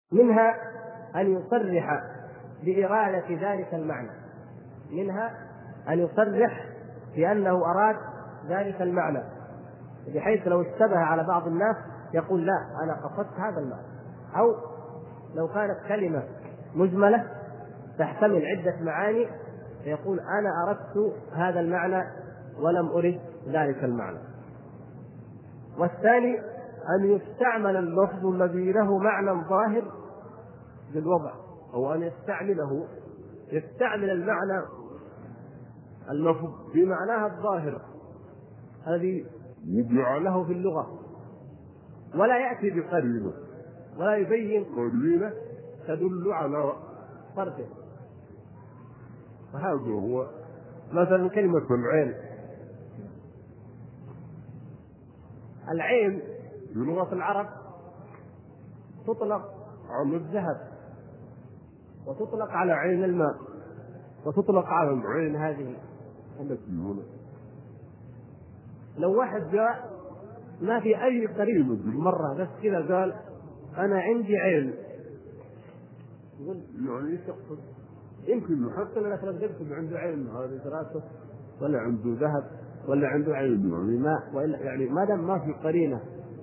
منها أن يصرح بإرادة ذلك المعنى، منها أن يصرح بأنه أراد ذلك المعنى، بحيث لو اشتبه على بعض الناس يقول لا أنا قصدت هذا المعنى. أو لو كانت كلمة مجملة تحتمل عدة معاني فيقول أنا أردت هذا المعنى ولم أرد ذلك المعنى. والثاني أن يستعمل اللفظ الذي له معنى ظاهر بالوضع، أو أن يستعمل المعنى اللفظ بمعناها الظاهر الذي جعله في اللغة، ولا يأتي بقرينة ولا يبين قرينة تدل على فرقه. فهذا هو مثلا كلمة العين في لغة العرب تطلق على الذهب، وتطلق على عين الماء، وتطلق على العين هذه التي هنا. لو واحد جاء ما في أي قريب مرة بس كذا قال أنا عندي عين، يقول يعني ايش يقصد؟ يمكن حتى لو ترددت عنده عين هذه دراسة، ولا عنده ذهب، ولا عنده عين يعني ماء، وإلا يعني ما دام ما في قرينة،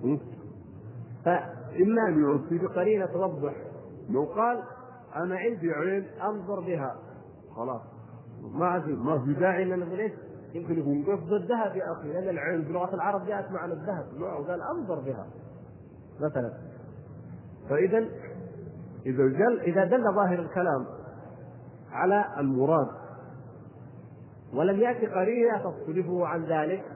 فإما أن يعطي بقرينة توضح. لو قال أنا عندي عين أنظر بها خلاص ما في داعي أن نقول إيش، يمكن يكون قصد الذهب يا أخي، لأن العين بلغة العرب جاءت معنى الذهب، وقال أنظر بها مثلا. فإذا إذا دل ظاهر الكلام على المراد ولم يأتي قرينة تصرفه عن ذلك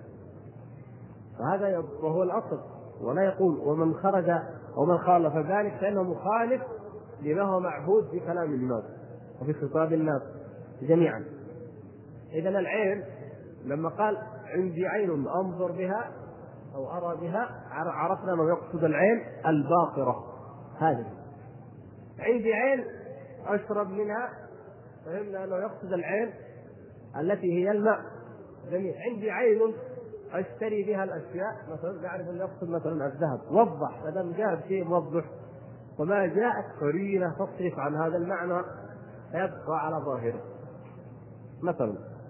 فهذا وهو الأصل. ولا يقول ومن خرج أو من خالف ذلك فإنه مخالف لما هو معهود في كلام الناس وفي خطاب الناس جميعا. إذن العين لما قال عندي عين أنظر بها أو أرى بها عرفنا أنه يقصد العين الباقرة هذه. عندي عين أشرب منها فهمنا أنه يقصد العين التي هي الماء. جميل. عندي عين أشتري بها الأشياء مثلا نعرف أن يقصد مثلا الذهب. وضح فدام جاء شيء موضح وما جاءت قرينة تصرف عن هذا المعنى فيبقى على ظاهره. مثلا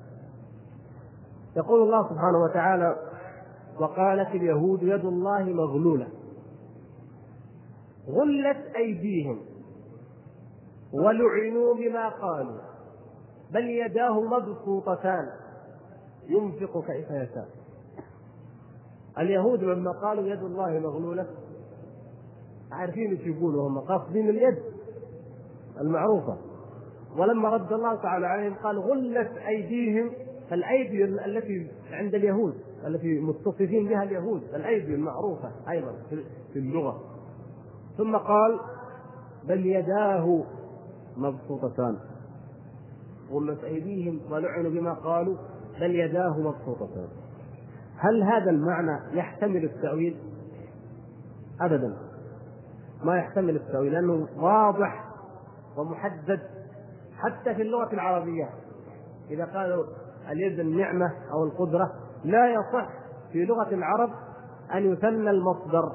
يقول الله سبحانه وتعالى وقالت اليهود يد الله مغلولة غلت أيديهم ولعنوا بما قالوا بل يداه مبسوطتان ينفق كيف يشاء. اليهود لما قالوا يد الله مغلولة عارفين ايش يقولوا، هم قاصدين اليد المعروفة. ولما رد الله تعالى عليهم قال غلت أيديهم، فالأيدي التي عند اليهود التي متصفين بها اليهود الأيدي المعروفة أيضا في اللغة. ثم قال بل يداه مبسوطتان غلت أيديهم ولعنوا بما قالوا بل يداه مبسوطتان. هل هذا المعنى يحتمل التأويل؟ أبدا ما يحتمل التأويل، لأنه واضح ومحدد حتى في اللغة العربية. إذا قالوا اليد النعمة أو القدرة لا يصح في لغة العرب أن يثنى المصدر،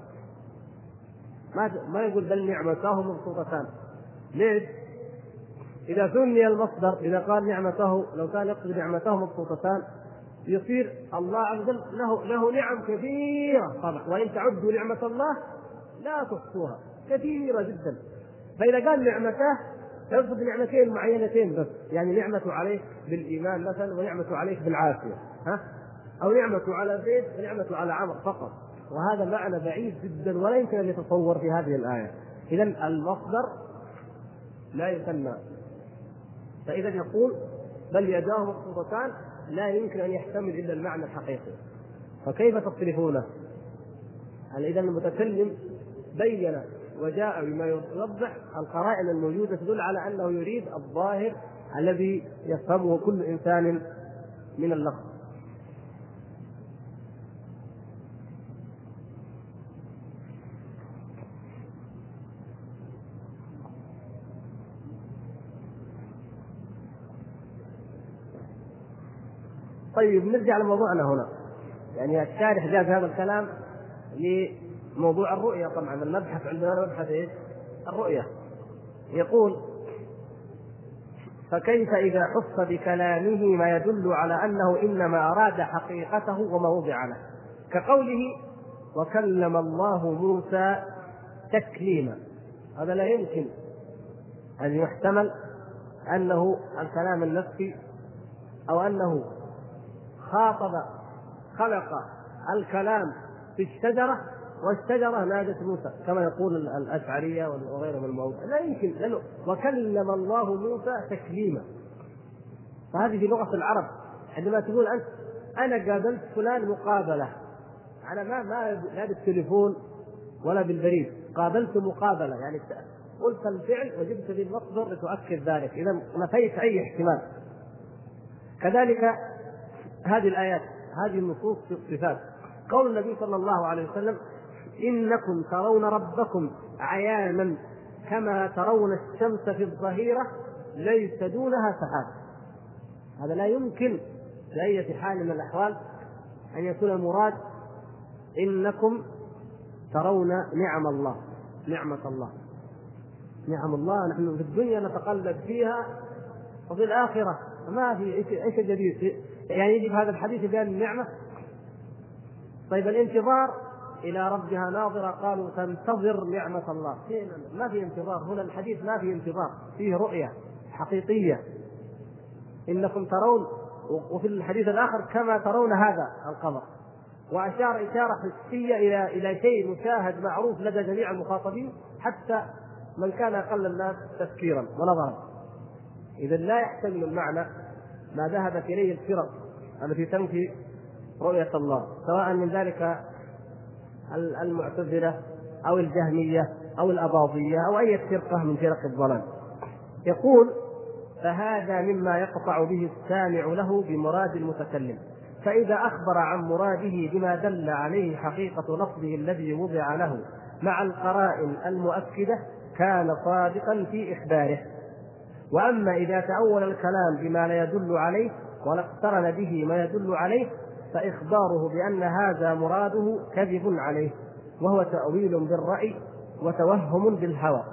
ما يقول بل نعمته مبسوطتان. ليش؟ إذا ثني المصدر إذا قال نعمته لو كان يقصد نعمته مبسوطتان يصير الله عز وجل له نعم كثيرة طبعا، وإن تعدوا نعمة الله لا تحصوها كثيرة جدا. فإذا قال نعمته يقصد نعمتين معينتين بس، يعني نعمته عليك بالإيمان مثلا ونعمته عليك بالعافية، أو نعمته على زيد ونعمته على عمر فقط، وهذا معنى بعيد جدا ولا يمكن أن يتصور في هذه الآية. إذن المصدر لا يثنى. فإذا يقول بل يداه مبسوطتان لا يمكن أن يحتمل إلا المعنى الحقيقي، فكيف تصرفونه؟ إذا المتكلم بين وجاء بما يوضح القرائن الموجودة تدل على أنه يريد الظاهر الذي يفهمه كل إنسان من اللفظ. طيب نرجع لموضوعنا هنا. يعني الشارح جاء هذا الكلام لموضوع الرؤية. طبعا المبحث عندنا مبحث ايش؟ الرؤية. يقول: فكيف إذا حص بكلامه ما يدل على أنه إنما أراد حقيقته وما وضع له، كقوله: وكلم الله موسى تكليما. هذا لا يمكن أن يحتمل أنه الكلام النفسي، أو أنه خلق الكلام في الشجرة والشجرة نادت موسى كما يقول الأشعرية وغيرهم من الموضوع. لا يمكن، لأنه وكلم الله موسى تكليما. فهذه في لغة العرب عندما تقول أنت أنا قابلت فلان مقابلة، أنا لا بالتليفون ولا بالبريد، قابلت مقابلة، يعني قلت الفعل وجبت بالمصدر لتؤكد ذلك، إذا نفيت أي احتمال. كذلك هذه الآيات، هذه النصوص في الصفات. قول النبي صلى الله عليه وسلم: إنكم ترون ربكم عيانا كما ترون الشمس في الظهيرة ليس دونها سحاب. هذا لا يمكن بأي حال من الأحوال أن يكون المراد إنكم ترون نعم الله. نعم الله نحن في الدنيا نتقلب فيها، وفي الآخرة ما في إيش جديد. يعني يجب هذا الحديث بأن النعمة. طيب الانتظار إلى ربها ناظرة، قالوا تنتظر نعمة الله. ما في انتظار هنا، الحديث ما في انتظار، فيه رؤية حقيقية. إنكم ترون، وفي الحديث الآخر كما ترون هذا القمر، وأشار إشارة حسية إلى شيء مشاهد معروف لدى جميع المخاطبين حتى من كان أقل الناس تفكيرا ونظرا. إذا لا يحتمل المعنى ما ذهبت إليه الفرق التي تنفي رؤية الله، سواء من ذلك المعتزلة أو الجهمية أو الأباضية أو أي فرقة من فرق الضلال. يقول: فهذا مما يقطع به السامع له بمراد المتكلم، فإذا أخبر عن مراده بما دل عليه حقيقة لفظه الذي وضع له مع القرائن المؤكدة كان صادقا في إخباره. وأما إذا تأول الكلام بما لا يدل عليه ولا اقترن به ما يدل عليه فإخباره بأن هذا مراده كذب عليه، وهو تأويل بالرأي وتوهم بالهوى.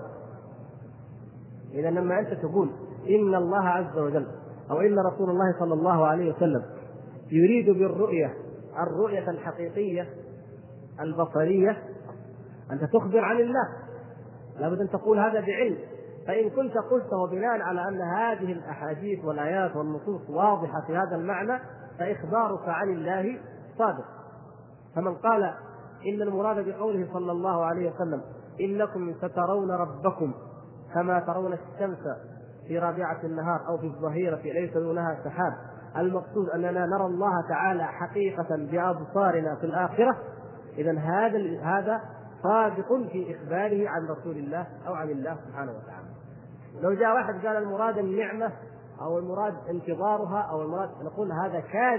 إذا لما أنت تقول إن الله عز وجل أو إن رسول الله صلى الله عليه وسلم يريد بالرؤية الرؤية الحقيقية البصرية، أنت تخبر عن الله، لابد أن تقول هذا بعلم. فإن كنت قلته بناء على أن هذه الأحاديث والآيات والنصوص واضحة في هذا المعنى فإخبارك عن الله صادق. فمن قال إن المراد بقوله صلى الله عليه وسلم إنكم سترون ربكم كما ترون الشمس في رابعة النهار أو في الظهيرة ليس دونها سحاب، المقصود أننا نرى الله تعالى حقيقة بأبصارنا في الآخرة، إذن هذا صادق في إخباره عن رسول الله أو عن الله سبحانه وتعالى. لو جاء واحد قال المراد النعمة أو المراد انتظارها أو المراد، نقول هذا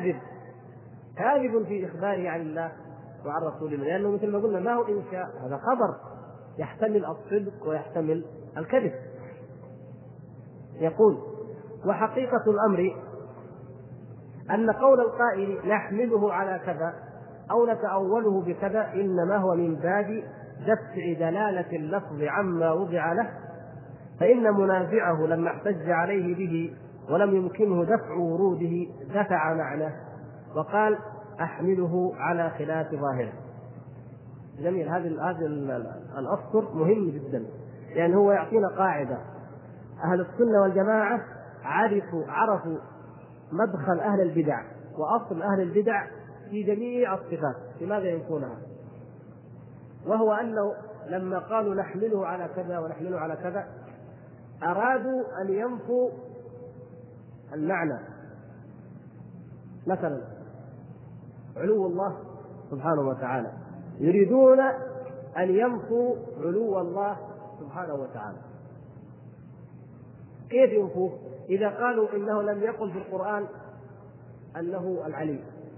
كاذب في إخباره عن الله وعن رسول الله، لأنه مثل ما قلنا ما هو إنشاء، هذا خبر يحتمل الصدق ويحتمل الكذب. يقول: وحقيقة الأمر أن قول القائل نحمله على كذا أو نتأوله بكذا إنما هو من باب دفع دلالة اللفظ عما وضع له، فإن منازعه لما احتج عليه به ولم يمكنه دفع وروده دفع معناه وقال أحمله على خلاف ظاهره. جميل. هذا الأسطر مهم جدا، لأن هو يعطينا قاعدة. أهل السنة والجماعة عرفوا مدخل أهل البدع وأصل أهل البدع في جميع الصفات، لماذا ينفونها؟ وهو أنه لما قالوا نحمله على كذا ونحمله على كذا أرادوا أن ينفوا المعنى. مثلا علو الله سبحانه وتعالى، يريدون أن ينفوا علو الله سبحانه وتعالى. كيف ينفوه؟ إذا قالوا إنه لم يقل في القرآن أنه العلي،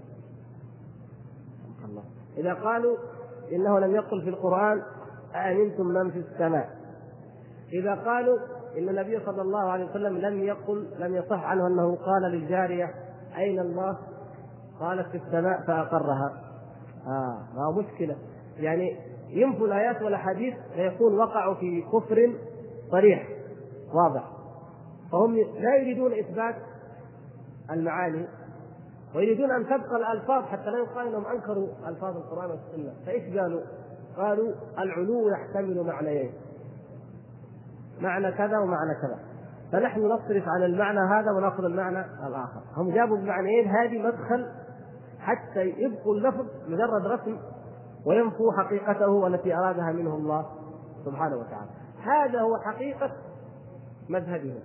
إذا قالوا إنه لم يقل في القرآن أأمنتم من في السماء، إذا قالوا إن النبي صلى الله عليه وسلم لم يصح عنه أنه قال للجارية أين الله؟ قالت في السماء فأقرها. ما مشكلة، يعني ينفوا الآيات والأحاديث فيكون وقعوا في كفر صريح واضح. فهم لا يريدون إثبات المعاني ويريدون أن تبقى الألفاظ حتى لا يقال أنهم أنكروا ألفاظ القرآن والسنة. فإيش قالوا؟ قالوا العلو يحتمل معنيين، معنى كذا ومعنى كذا، فنحن نصرف على المعنى هذا ونأخذ المعنى الآخر. هم جابوا بمعنيين، هذه مدخل حتى يبقوا اللفظ مجرد رسم وينفوا حقيقته والتي أرادها منه الله سبحانه وتعالى. هذا هو حقيقة مذهبهم،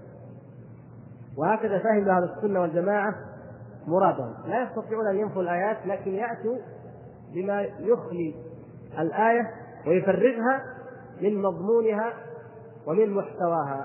وهكذا فهم أهل السنة والجماعة مرادهم. لا يستطيعون أن ينفوا الآيات، لكن يأتوا بما يخلي الآية ويفرغها من مضمونها ومن محتواها.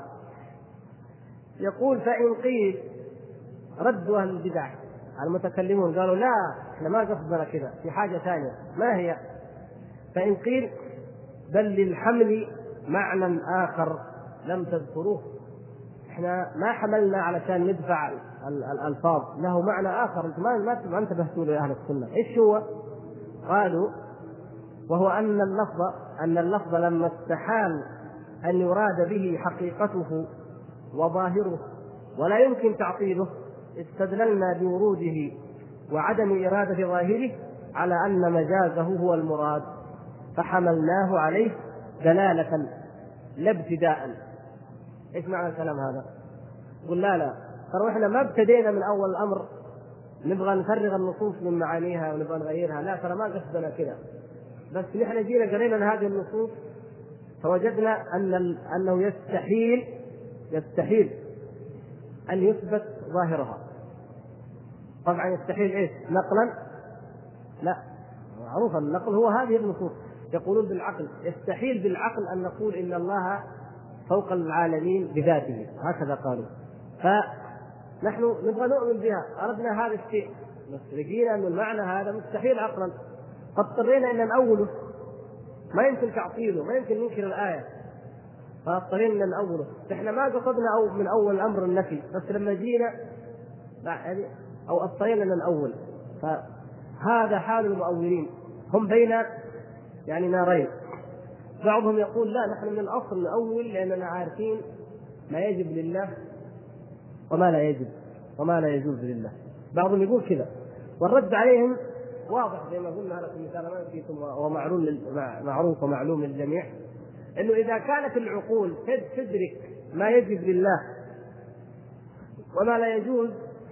يقول فإن قيل، ردوا أهل البدع المتكلمون قالوا لا احنا ما قصدنا كذا، في حاجة ثانية. ما هي؟ فإن قيل بل للحمل معنى آخر لم تذكروه، احنا ما حملنا علشان ندفع الألفاظ، له معنى آخر ما انتبهتوا له أهل السنة. ايش هو؟ قالوا وهو أن اللفظ لما استحال أن يراد به حقيقته وظاهره ولا يمكن تعطيله، استدللنا بوروده وعدم إرادة ظاهره على أن مجازه هو المراد، فحملناه عليه دلالة لا ابتداء. ايش معنى الكلام هذا؟ قل لا ترى احنا ما ابتدينا من أول الأمر نبغى نفرغ النصوص من معانيها ونبغى نغيرها، لا ترى ما قصدنا كذا، بس نحن جينا قرينا هذه النصوص فوجدنا أنه يستحيل أن يثبت ظاهرها. طبعا يستحيل إيش؟ نقلا؟ لا، معروف النقل هو هذه النصوص. يقولون بالعقل، يستحيل بالعقل أن نقول إن الله فوق العالمين بذاته، هكذا قالوا. فنحن نبغى نؤمن بها، أردنا هذا الشيء، بس لقينا أن المعنى هذا مستحيل عقلا، فاضطرينا أن نأوله، ما يمكن تعطيله، ما يمكن ننكر الآية، فاضطرينا أن نأوله. إحنا ما قصدنا أو من أول الأمر النفي، بس لما جينا يعني أو اضطرينا أن نأول. فهذا حال المؤولين، هم بين يعني نارين. بعضهم يقول لا نحن من الأصل نأول لأننا عارفين ما يجب لله وما لا يجب وما لا يجوز لله. بعضهم يقول كذا، والرد عليهم واضح زي ما قلنا لكم مثال ما نسيتم ومعروف ومعلوم للجميع، انه اذا كانت العقول تدرك ما يجب لله وما لا يجوز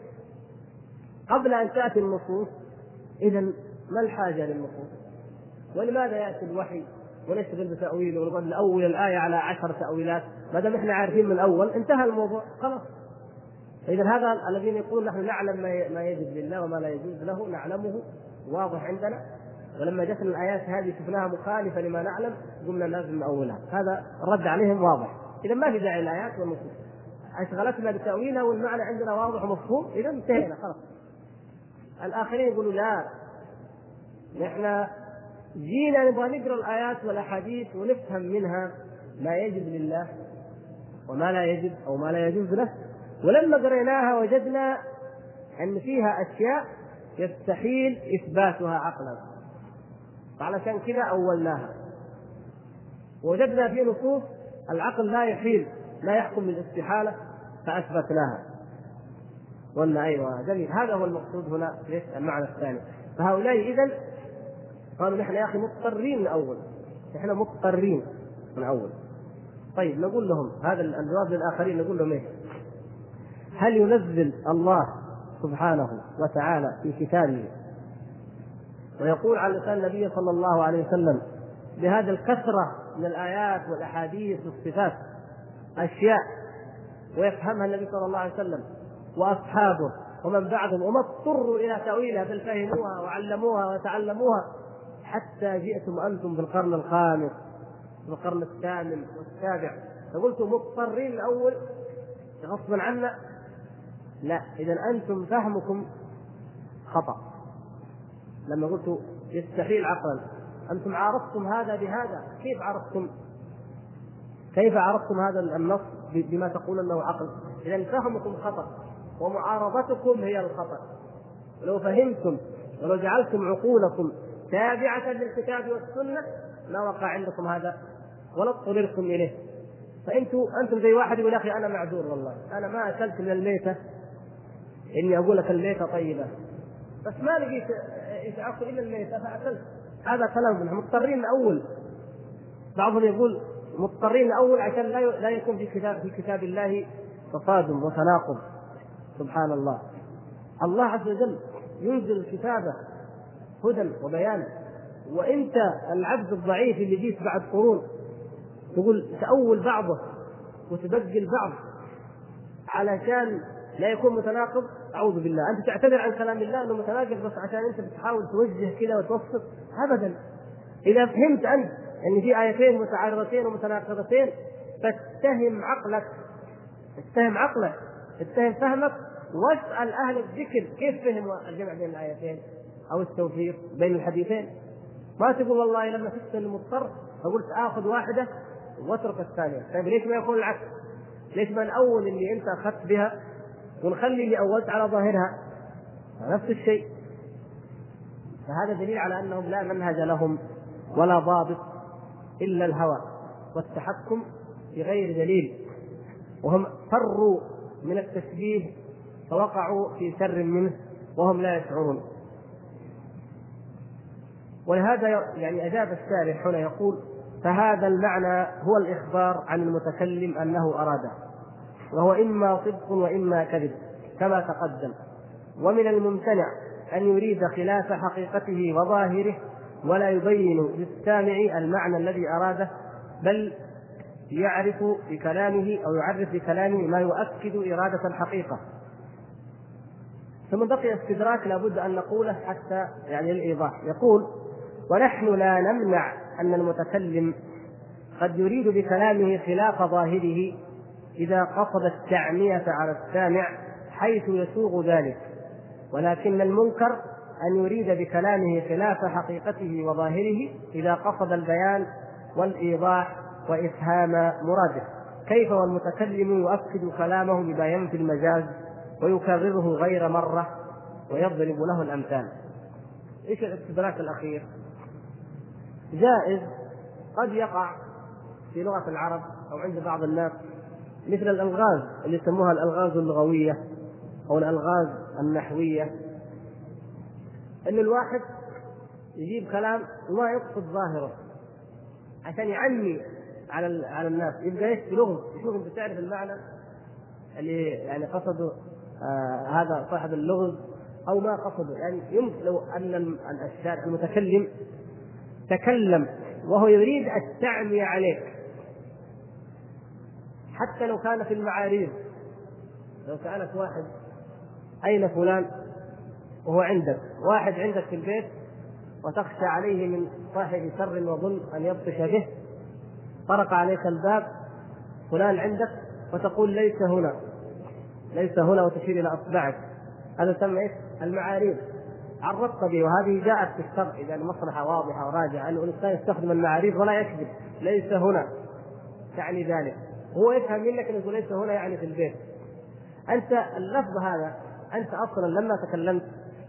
قبل ان تاتي النصوص، اذا ما الحاجه للنصوص؟ ولماذا ياتي الوحي ونشتغل بتاويله ونقول نأول الايه على 10 تاويلات؟ ما دام احنا عارفين من الاول انتهى الموضوع خلاص. إذا هذا الذين يقولون نحن نعلم ما يجب لله وما لا يجوز له، نعلمه واضح عندنا، ولما جتنا الآيات هذه شفناها مخالفة لما نعلم قلنا لازم نأولها. هذا الرد عليهم واضح. إذا ما في داعي الآيات والنصوص، أشغلتنا بتأويلها والمعنى عندنا واضح ومفهوم، إذا انتهينا خلاص. الآخرين يقولوا لا، نحن جينا نبغى نقرأ الآيات والأحاديث ونفهم منها ما يجب لله وما لا يجب أو ما لا يجوز له، ولما قريناها وجدنا أن فيها أشياء يستحيل إثباتها عقلا، فعلشان كذا أولناها. وجدنا في نصوص العقل لا يحكم بالاستحالة فأثبتناها. قلنا أيوة جميل، هذا هو المقصود هنا في المعنى الثاني. فهؤلاء إذن قالوا نحن يا أخي مضطرين من أول، نحن مضطرين من أول. طيب نقول لهم هذا الجواب للآخرين، نقول لهم إيه؟ هل ينزل الله سبحانه وتعالى في كتابه ويقول على لسان النبي صلى الله عليه وسلم بهذا الكثرة من الآيات والأحاديث والصفات أشياء ويفهمها النبي صلى الله عليه وسلم وأصحابه ومن بعدهم وما اضطروا إلى تأويلها بل فهموها وعلموها وتعلموها حتى جئتم أنتم في القرن الخامس والقرن الثامن والسابع فقلتم مضطرين الأول غصبا عنا؟ لا، إذا أنتم فهمكم خطأ. لما قلت يستحيل عقلا أنتم عارضتم هذا بهذا، كيف عرفتم هذا النص بما تقول أنه عقل؟ إذا فهمكم خطأ ومعارضتكم هي الخطأ. لو فهمتم ولو جعلتم عقولكم تابعة للكتاب والسنة ما وقع عندكم هذا ولا اضطررتم اليه. فانتم زي واحد يقول: يا اخي انا معذور والله، انا ما اكلت من الميته، اني اقول لك الميته طيبه بس ما لقيت ايش اكل الا الميته فاكلت. هذا كلام منهم، مضطرين نأول. بعضهم يقول مضطرين نأول عشان لا يكون في كتاب الله تصادم وتناقض. سبحان الله، الله عز وجل ينزل الكتابة هدى وبيان، وانت العبد الضعيف اللي جيت بعد قرون تقول تأول بعضه وتبدل البعض علشان لا يكون متناقض. أعوذ بالله، أنت تعتذر عن كلام الله أنه متناقض بس عشان أنت بتحاول توجه كذا وتوسط. أبدا، إذا فهمت أنت أن في آيتين متعارضتين ومتناقضتين فاتهم عقلك، اتهم فهمك، واسأل أهل الذكر كيف فهموا الجمع بين الآيتين أو التوفيق بين الحديثين. ما تقول والله لما شفت المضطر فقلت آخذ واحدة واترك الثانية. طيب ليش ما يكون العكس؟ ليش ما الأول اللي أنت أخذت بها ونخلي اللي أولت على ظاهرها نفس الشيء؟ فهذا دليل على أنهم لا منهج لهم ولا ضابط إلا الهوى والتحكم بغير دليل، وهم فروا من التشبيه فوقعوا في شر منه وهم لا يشعرون. ولهذا يعني أجاب الشارح هنا يقول: فهذا المعنى هو الإخبار عن المتكلم أنه أراده، وهو إما صدق وإما كذب كما تقدم. ومن الممتنع أن يريد خلاف حقيقته وظاهره ولا يبين للسامع المعنى الذي أراده، بل يعرف بكلامه ما يؤكد إرادة الحقيقة. ثم بقي استدراك لابد أن نقوله حتى يعني الإيضاح. يقول: ونحن لا نمنع أن المتكلم قد يريد بكلامه خلاف ظاهره إذا قصد التعمية على السامع حيث يسوغ ذلك، ولكن المنكر أن يريد بكلامه خلاف حقيقته وظاهره إذا قصد البيان والإيضاح وإفهام مراده. كيف والمتكلم يؤكد كلامه بما ينفي المجاز ويكرره غير مرة ويضرب له الأمثال. إيش الاستدراك الأخير؟ جائز قد يقع في لغة العرب أو عند بعض الناس مثل الألغاز اللي يسموها الألغاز اللغوية أو الألغاز النحوية، أن الواحد يجيب كلام وما يقصد ظاهره عشان يعمي على الناس، يبقى ايش بلغز. يشوف انت تعرف المعنى اللي يعني قصده هذا صاحب اللغز او ما قصده. يعني يمكن لو ان المتكلم تكلم وهو يريد التعمية عليك، حتى لو كان في المعاريض، لو سألك واحد أين فلان وهو عندك، واحد عندك في البيت وتخشى عليه من صاحب شر وظن أن يبطش به، طرق عليك الباب فلان عندك وتقول ليس هنا وتشير إلى أصبعك، هذا سمى المعاريض، عرضت به. وهذه جاءت في الشرع إذا المصلحة واضحة وراجعة أنه الإنسان يستخدم المعاريض ولا يكذب. ليس هنا تعني ذلك، هو يفهم منك أنه ليس هنا يعني في البيت. أنت اللفظ هذا أنت أصلا لما تكلمت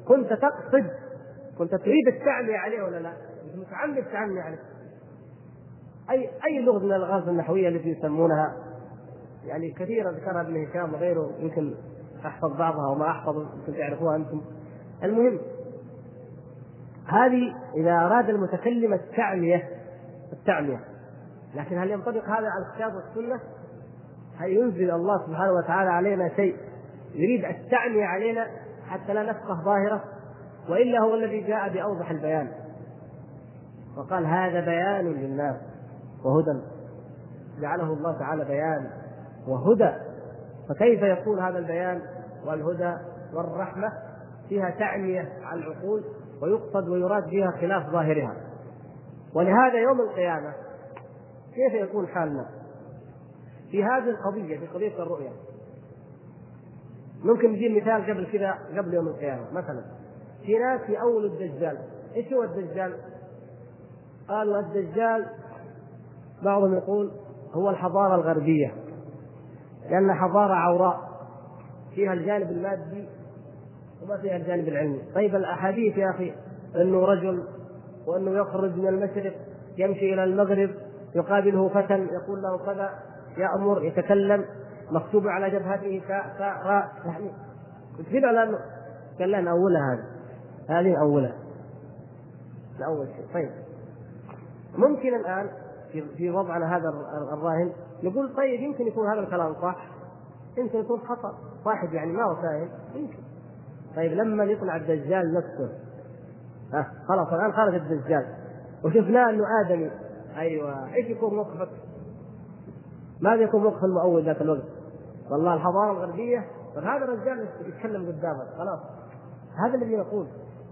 كنت تريد التعمية عليه ولا لا؟ أنت متعمد التعمية عليه. أي لغة من الألغاز النحوية التي يسمونها يعني كثيرا ذكرها ابن هشام وغيره، يمكن أحفظ بعضها وما أحفظ يمكن تعرفوها أنتم. المهم هذه إذا أراد المتكلم التعمية، لكن هل ينطبق هذا على الكتاب والسنة؟ هل ينزل الله سبحانه وتعالى علينا شيء يريد التعمية علينا حتى لا نفقه ظاهره؟ وإلا هو الذي جاء بأوضح البيان وقال هذا بيان للناس وهدى، جعله الله تعالى بيان وهدى. فكيف يكون هذا البيان والهدى والرحمة فيها تعمية على العقول ويقصد ويراد بها خلاف ظاهرها؟ ولهذا يوم القيامة كيف يكون حالنا في هذه القضية، في قضية الرؤية؟ ممكن نجيب مثال قبل كذا، قبل يوم القيامة مثلا في ناس يأولوا الدجال. ايش هو الدجال؟ قالوا الدجال بعضهم يقول هو الحضارة الغربية، لأن حضارة عوراء فيها الجانب المادي وما فيها الجانب العلمي. طيب الأحاديث يا أخي أنه رجل وأنه يخرج من المشرق يمشي إلى المغرب يقابله فتى يقول له كذا، يأمر يتكلم مكتوب على جبهته راء، يعني تدل على أنه قال لنا أولها هذه أولها لأول شيء. طيب ممكن الآن في وضعنا هذا الراهن نقول طيب يمكن يكون هذا الكلام صح، يمكن يكون خطأ، واحد يعني ما هو فاهم يمكن. طيب لما يطلع الدجال نفسه خلاص الآن خرج الدجال وشفناه أنه آدمي، أيوة إيش يكون موقفك؟ ماذا يكون موقف المؤول ذاك الوقت؟ والله الحضارة الغربية، فهذا الرجال يتكلم قدامك خلاص. هذا الذي نقول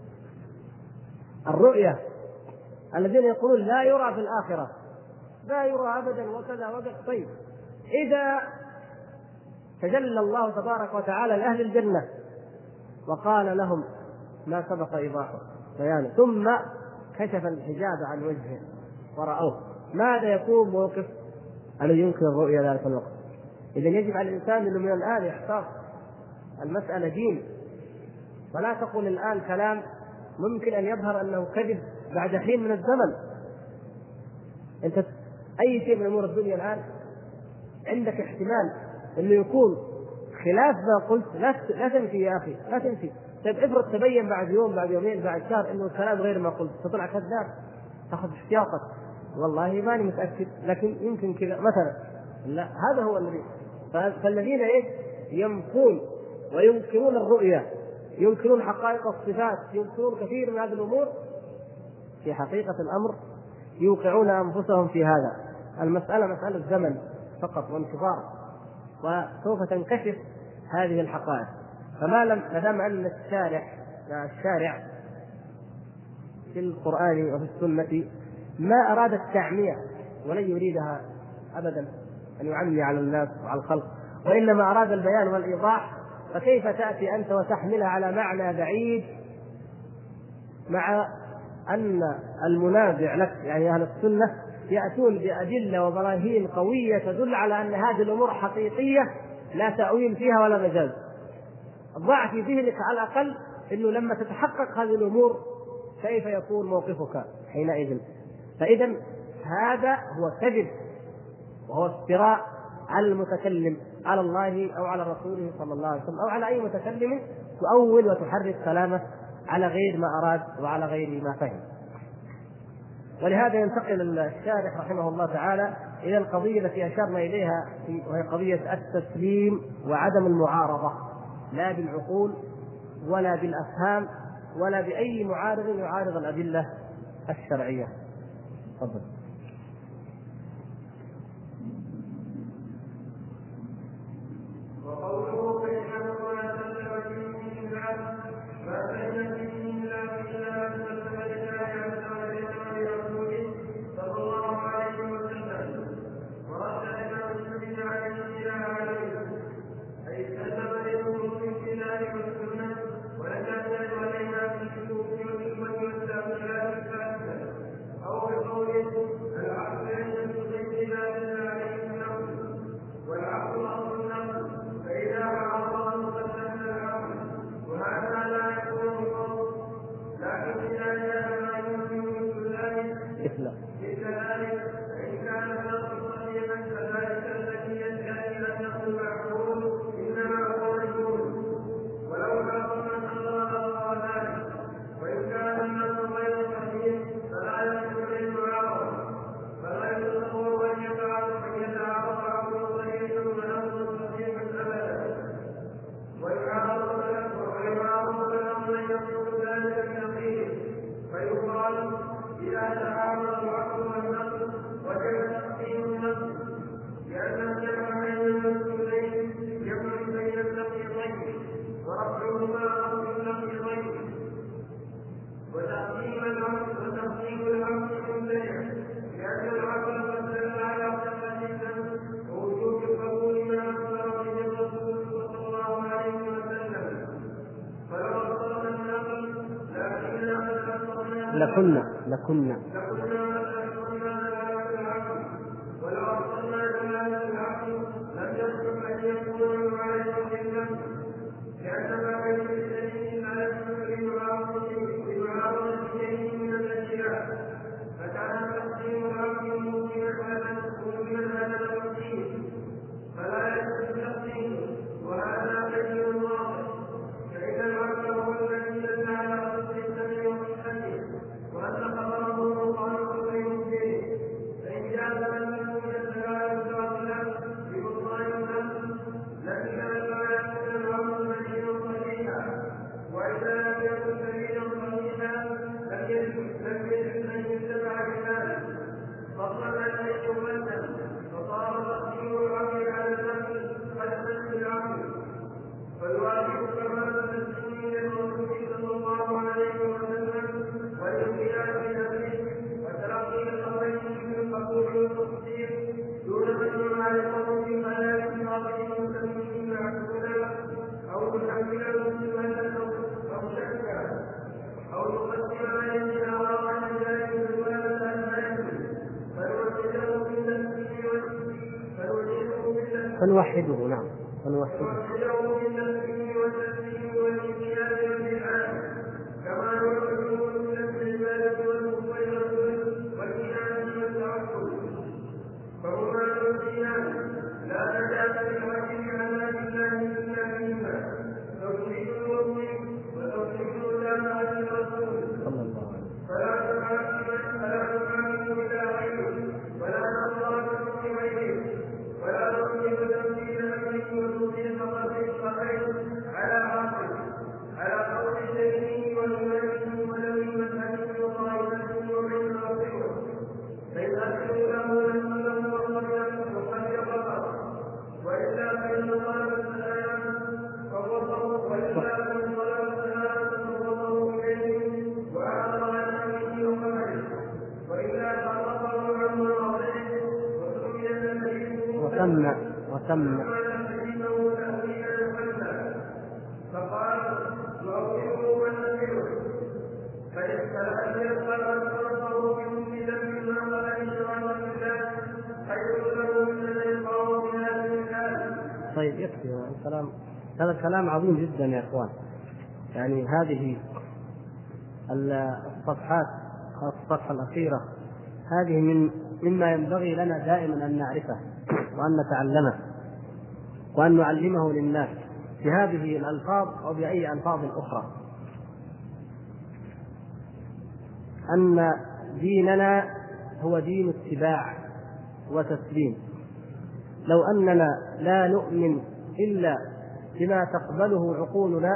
الرؤية، الذين يقولون لا يرى في الآخرة، لا يرى أبدا وكذا وكذا. طيب إذا تجلى الله تبارك وتعالى لأهل الجنة وقال لهم ما سبق إيضاحه بيانه ثم كشف الحجاب عن وجهه ورأوه، ماذا يكون موقف الذي ينكر الرؤيا ذلك الوقت؟ إذا يجب على الإنسان أنه من الآن يحتاط، المسألة دين، ولا تقول الآن كلام ممكن أن يظهر أنه كذب بعد حين من الزمن. أنت أي شيء من أمور الدنيا الآن عندك احتمال أنه يكون خلاف ما قلت، لا تنفي يا أخي، لا تنفي. طيب افرض تبين بعد يوم بعد يومين بعد شهر أنه الكلام غير ما قلت، تطلع كذاب، تأخذ احتياطك، والله ماني متأكد لكن يمكن كذا مثلا. لا، هذا هو الذي فالذين ينفون وينكرون الرؤيا، ينكرون حقائق الصفات، ينكرون كثير من هذه الأمور، في حقيقة الأمر يوقعون أنفسهم في هذا. المسألة مسألة زمن فقط وانتظار، وسوف تنكشف هذه الحقائق. ما دام أن الشارع في القرآن وفي السنة ما أراد التعمية ولن يريدها أبدا أن يعمي على الناس وعلى الخلق، وإنما أراد البيان والإيضاح، فكيف تأتي أنت وتحملها على معنى بعيد مع أن المنازع لك يعني أهل السنة يأتون بأدلة وبراهين قوية تدل على أن هذه الأمور حقيقية لا تأويل فيها ولا مجاز. ضع في ذهنك على الأقل أنه لما تتحقق هذه الأمور كيف يكون موقفك حينئذ. فإذا هذا هو كذب وهو افتراء على المتكلم، على الله أو على رسوله صلى الله عليه وسلم أو على أي متكلم، تؤول وتحرك كلامه على غير ما أراد وعلى غير ما فهم. ولهذا ينتقل الشارح رحمه الله تعالى إلى القضية التي أشرنا إليها، وهي قضية التسليم وعدم المعارضة، لا بالعقول ولا بالأفهام ولا بأي معارض يعارض الأدلة الشرعية. تفضل. وقوله فإنه لا تسلم فيه بالعدل ما بين فيه إلا بالله تسلم لله ورسوله صلى الله عليه وسلم ورد إلى مسلم عليه أي سلم للنصوص الكتاب والسنة ولم يعتد عليها في الشكوك والحكمة والتأويلات الفاسدة أو بقوله العقل عند الصديق لا دل عليه النقل والعقل أصل النقل فإذا عرضه قدمنا العقل وهذا لا يكون القول، لكن إذا جاء ما يمكن مثل ذلك فإن كان النقل صحيحا فذلك الذي يدعي إلى النقل معقول إنما هو مجهول ولو حصل الله ذلك، وإن كان النقل غير صحيح فلا يصح المعارضة، فلا يتصور أن يتعارض عقل صحيح ونقل صحيح أبدا، ويعارض الأمر يقول ذلك بنقيض، فيقال إذا تعارض العقل والنقل وجب تقديم النقل، لأن الجمع بين المسؤولين جمع بين النقيضين ورفعهما رفع النقيضين، وتقديم العقل ممتنع، لأن العقل قد دل على صحة ووجوب قبول ما أخبر به الرسول صلى الله عليه وسلم، فلو أصدق النقل لكنا ولو أصدقنا دلالة العقل لم يصح أن يكون عليه النقل، لأن ما بين الدليل لا يصح بمعارضة شيء من الأشياء، فكان تقديم فنوحده. نعم فنوحده. وسمى طيب يكفي الكلام. هذا الكلام عظيم جدا يا اخوان. يعني هذه الصفحات، الصفحة الأخيرة هذه مما ينبغي لنا دائما أن نعرفه وأن نتعلمه وأن نعلمه للناس بهذه الألفاظ أو بأي ألفاظ أخرى، أن ديننا هو دين اتباع وتسليم. لو أننا لا نؤمن إلا بما تقبله عقولنا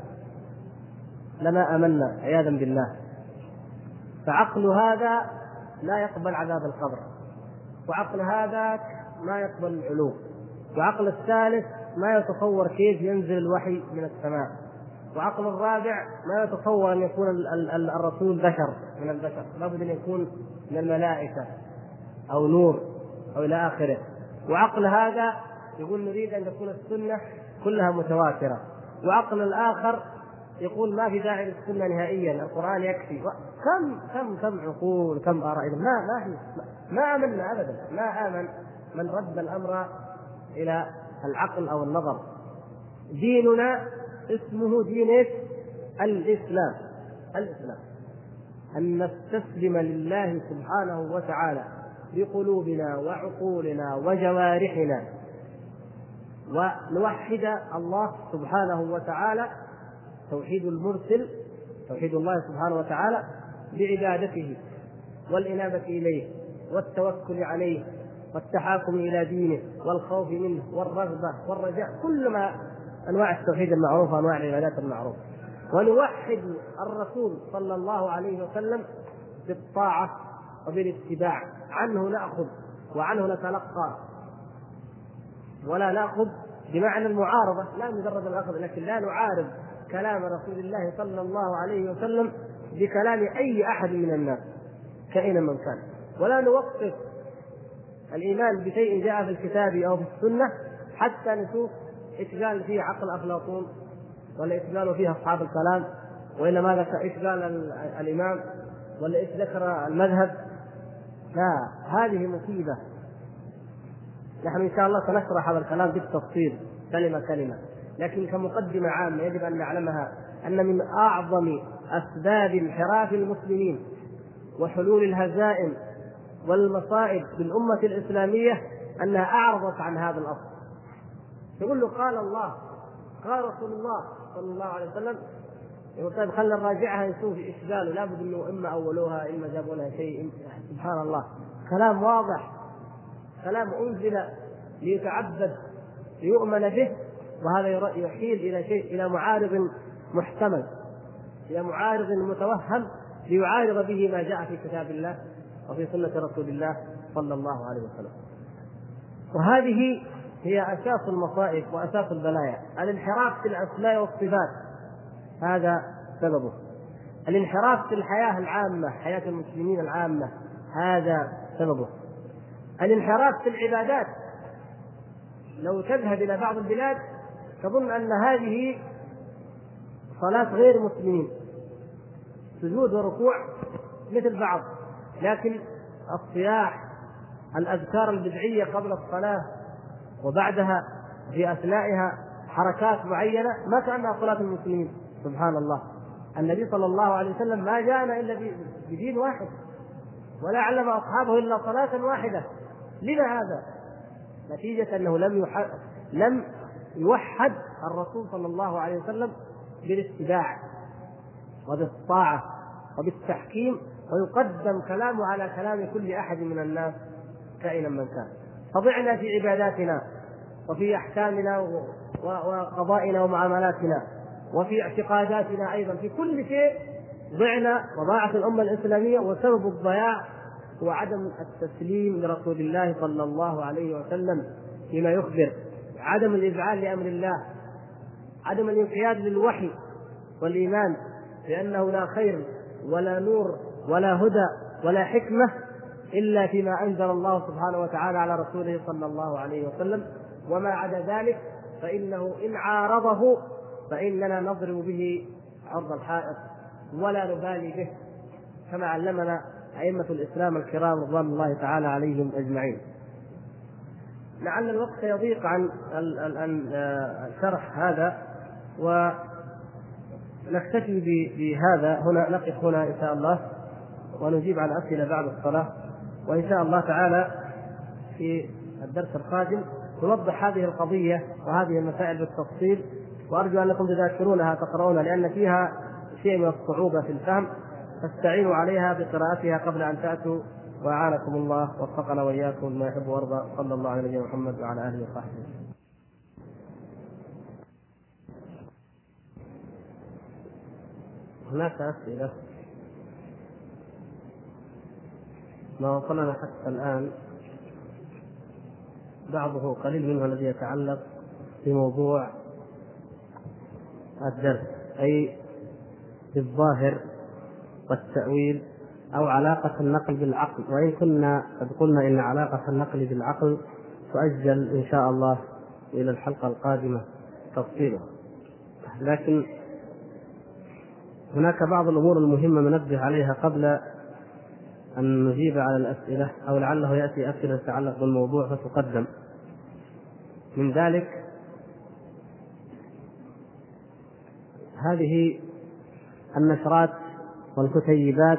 لما آمنا عياذا بالله. فعقل هذا لا يقبل عذاب القبر، وعقل هذا ما يقبل العلو، وعقل الثالث ما يتصور كيف ينزل الوحي من السماء، وعقل الرابع ما يتصور أن يكون الرسول بشر من البشر، لابد أن يكون من الملائكة أو نور أو إلى آخره. وعقل هذا يقول نريد أن تكون السنة كلها متواترة، وعقل الآخر يقول ما في داعي للسنة نهائيا، القرآن يكفي. كم عقول، كم آراء. ما آمنا أبدا، ما آمن من رد الأمر إلى العقل أو النظر. ديننا اسمه دين الإسلام. أن نستسلم لله سبحانه وتعالى بقلوبنا وعقولنا وجوارحنا، ونوحد الله سبحانه وتعالى توحيد المرسل، توحيد الله سبحانه وتعالى بعبادته والإنابة إليه والتوكل عليه والتحاكم إلى دينه والخوف منه والرغبة والرجاء، كل ما أنواع التوحيد المعروفة وأنواع العبادات المعروفة. ونوحد الرسول صلى الله عليه وسلم بالطاعة وبالاتباع، عنه نأخذ وعنه نتلقى، ولا نأخذ بمعنى المعارضة، لا مجرد الأخذ، لكن لا نعارض كلام رسول الله صلى الله عليه وسلم بكلام أي أحد من الناس كائنا من كان، ولا نوقف الإيمان بشيء جاء في الكتاب أو في السنة حتى نشوف إيش قال فيه عقل أفلاطون، ولا إيش قالوا فيه أصحاب الكلام، وإلا ماذا إيش قال الإمام، ولا إيش ذكر المذهب. لا، هذه مصيبة. نحن إن شاء الله سنشرح هذا الكلام بالتفصيل كلمة كلمة، لكن كمقدمة عامة يجب أن نعلمها أن من أعظم أسباب انحراف المسلمين وحلول الهزائم والمصائب في الأمة الإسلامية أنها أعرضت عن هذا الأصل. يقول له قال الله قال رسول الله صلى الله عليه وسلم، يقول طيب خلنا نراجعها نشوف إيش قالوا، لابد أنه إما أولوها إما جابوا لها شيء. سبحان الله، كلام واضح، كلام أنزل ليتعبد ليؤمن به، وهذا يحيل إلى شيء، إلى معارض محتمل، إلى معارض متوهم ليعارض به ما جاء في كتاب الله وفي سنة رسول الله صلى الله عليه وسلم. وهذه هي أساس المصائب وأساس البلايا. الانحراف في الأسماء والصفات هذا سببه، الانحراف في الحياة العامة، حياة المسلمين العامة، هذا سببه، الانحراف في العبادات. لو تذهب إلى بعض البلاد تظن أن هذه صلاة غير مسلمين، سجود وركوع مثل بعض، لكن الصياح، الأذكار البدعية قبل الصلاة، وبعدها في أثنائها حركات معينة ما كأنها صلاة المسلمين. سبحان الله، النبي صلى الله عليه وسلم ما جاءنا إلا بدين واحد، ولا علم أصحابه إلا صلاة واحدة. لما هذا؟ نتيجة أنه لم يوحد الرسول صلى الله عليه وسلم بالاتباع وبالطاعة وبالتحكيم، ويقدم كلامه على كلام كل أحد من الناس كائنا من كان. فضعنا في عباداتنا وفي أحكامنا وقضائنا ومعاملاتنا وفي اعتقاداتنا أيضا، في كل شيء ضعنا وضاعت الأمة الإسلامية. وسبب الضياع هو عدم التسليم لرسول الله صلى الله عليه وسلم فيما يخبر، عدم الإذعان لأمر الله، عدم الانقياد للوحي والإيمان بأنه لا خير ولا نور ولا هدى ولا حكمة إلا فيما أنزل الله سبحانه وتعالى على رسوله صلى الله عليه وسلم. وما عدا ذلك فإنه إن عارضه فإننا نضرب به عرض الحائط ولا نبالي به، كما علمنا أئمة الإسلام الكرام رضوان الله تعالى عليهم أجمعين. لعل الوقت يضيق عن شرح هذا، ونكتفي بهذا هنا، نقف هنا إن شاء الله، ونجيب على أسئلة بعد الصلاة. وإن شاء الله تعالى في الدرس القادم نوضح هذه القضية وهذه المسائل بالتفصيل، وأرجو أنكم تذاكرونها تقرؤونها، لأن فيها شيء من الصعوبة في الفهم، فاستعينوا عليها بقراءتها قبل أن تأتوا. وأعانكم الله وفقنا وإياكم ما يحب ويرضى. صلى الله على نبينا محمد وعلى آله وصحبه. هناك أسئلة ما وصلنا حتى الآن، بعضه قليل منه الذي يتعلق بموضوع الدرس، أي بالظاهر والتأويل أو علاقة النقل بالعقل. وإن كنا قد قلنا إن علاقة النقل بالعقل تؤجل إن شاء الله إلى الحلقة القادمة تفصيلها، لكن هناك بعض الأمور المهمة ننبه عليها قبل أن نجيب على الأسئلة، أو لعله يأتي أسئلة تتعلق بالموضوع فتقدم. من ذلك هذه النشرات والكتيبات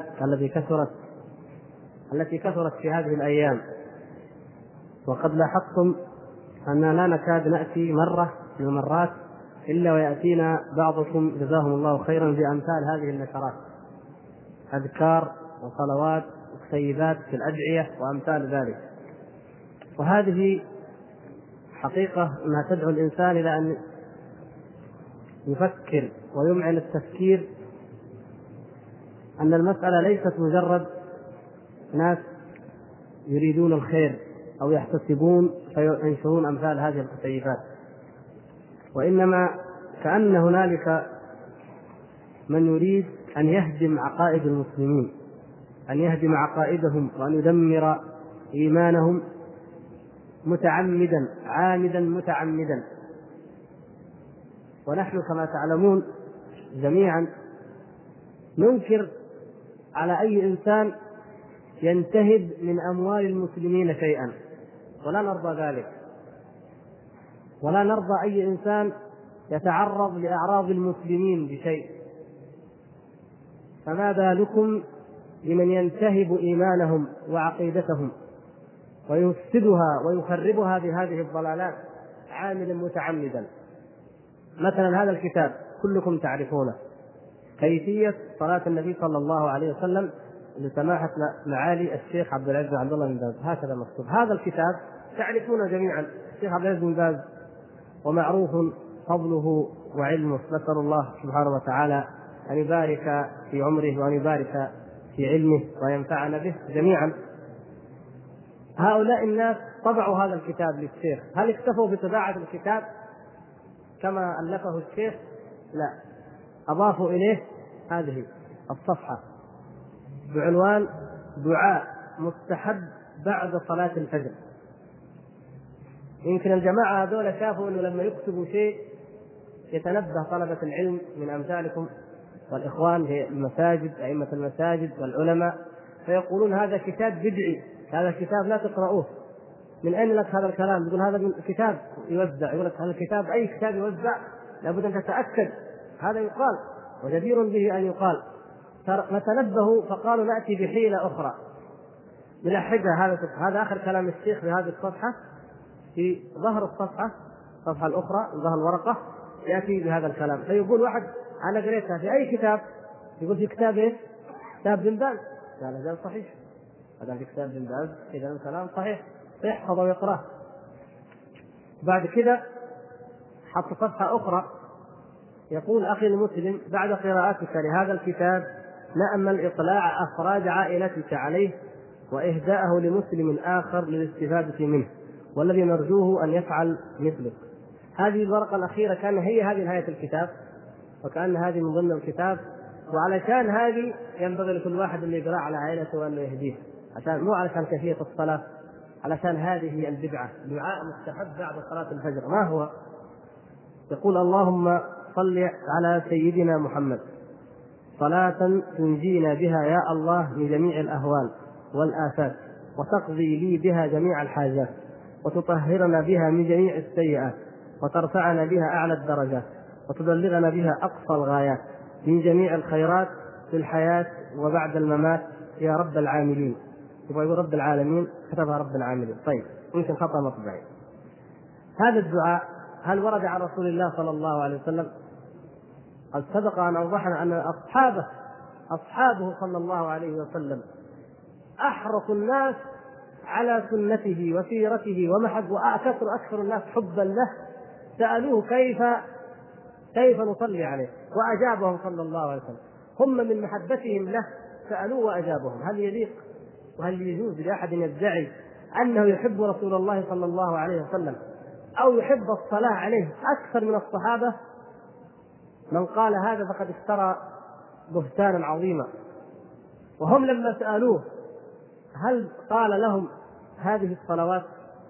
التي كثرت في هذه الأيام، وقد لاحظتم أننا لا نكاد نأتي مرة من المرات إلا ويأتينا بعضكم جزاهم الله خيرا بأمثال هذه النشرات، أذكار وصلوات وكتيبات في الأدعية وأمثال ذلك. وهذه حقيقة أنها تدعو الإنسان إلى أن يفكر ويمعن التفكير أن المسألة ليست مجرد ناس يريدون الخير أو يحتسبون فينشرون أمثال هذه الكتيبات، وإنما كأن هنالك من يريد أن يهدم عقائد المسلمين، أن يهدم عقائدهم وأن يدمر إيمانهم عامدا متعمدا. ونحن كما تعلمون جميعا ننكر على أي إنسان ينتهب من أموال المسلمين شيئا، ولا نرضى ذلك، ولا نرضى أي إنسان يتعرض لأعراض المسلمين بشيء، فما بالكم بمن ينتهب إيمانهم وعقيدتهم ويفسدها ويخربها بهذه الضلالات عاملا متعمدا. مثلا هذا الكتاب كلكم تعرفونه، كيفية صلاة النبي صلى الله عليه وسلم لسماحة معالي الشيخ عبد العزيز عبد الله بن باز، هكذا مكتوب. هذا الكتاب تعرفونه جميعا، الشيخ عبد العزيز بن باز، ومعروف فضله وعلمه. نسأل الله سبحانه وتعالى أن يبارك في عمره وأن يبارك في علمه وينفعنا به جميعا. هؤلاء الناس طبعوا هذا الكتاب للشيخ، هل اكتفوا بطباعة الكتاب كما ألفه الشيخ؟ لا، أضافوا إليه هذه الصفحة بعنوان دعاء مستحب بعد صلاة الفجر. يمكن الجماعة هذول شافوا أنه لما يكتبوا شيء يتنبه طلبة العلم من أمثالكم والإخوان في المساجد، أئمة المساجد والعلماء، فيقولون هذا كتاب بدعي، هذا كتاب لا تقرؤوه، من أين لك هذا الكلام؟ يقول هذا من كتاب يوزع. يقول لك هذا الكتاب أي كتاب يوزع لابد أن تتأكد. هذا يقال وجدير به أن يقال. فتنبهوا فقالوا نأتي بحيلة أخرى نلحقها. هذا آخر كلام الشيخ في هذه الصفحة، في ظهر الصفحة الصفحة الأخرى ظهر الورقة يأتي بهذا الكلام. فيقول واحد أنا قريتها في أي كتاب؟ يقول في كتاب إيه؟ كتاب بن باز. قال هذا صحيح، هذا في كتاب بن باز، إذا الكلام صحيح يحفظ ويقرأه. بعد كده حط صفحة أخرى يقول أخي المسلم بعد قراءتك لهذا الكتاب نأمل إطلاع أفراد عائلتك عليه وإهداءه لمسلم آخر للاستفادة منه، والذي نرجوه أن يفعل مثلك. هذه الورقة الأخيرة كان هي هذه نهاية الكتاب، وكأن هذه من ضمن الكتاب، وعلشان هذه ينبغي لكل واحد أن يقرأ على عائلته وأن يهديه، عشان مو علشان كيفية الصلاة، علشان هذه هي البدعة. دعاء مستحب بعد صلاة الفجر ما هو؟ يقول اللهم صل على سيدنا محمد صلاة تنجينا بها يا الله من جميع الأهوال والآفات، وتقضي لي بها جميع الحاجات، وتطهرنا بها من جميع السيئات، وترفعنا بها أعلى الدرجات، وتبلغنا بها أقصى الغايات من جميع الخيرات في الحياة وبعد الممات يا رب العالمين. يبغى يقول رب العالمين، كتبها رب العالمين. طيب يمكن خطأ مطبعي. هذا الدعاء هل ورد عن رسول الله صلى الله عليه وسلم؟ قد سبق أن أوضحنا أن أصحابه صلى الله عليه وسلم أحرص الناس على سنته وسيرته وأكثر الناس حبا له، سألوه كيف نصلي عليه وأجابهم صلى الله عليه وسلم. هم من محبتهم له سألوه وأجابهم. هل يليق وهل يجوز لأحد يدعي أنه يحب رسول الله صلى الله عليه وسلم أو يحب الصلاة عليه أكثر من الصحابة؟ من قال هذا فقد افترى بهتانا عظيما. وهم لما سألوه هل قال لهم هذه الصلوات،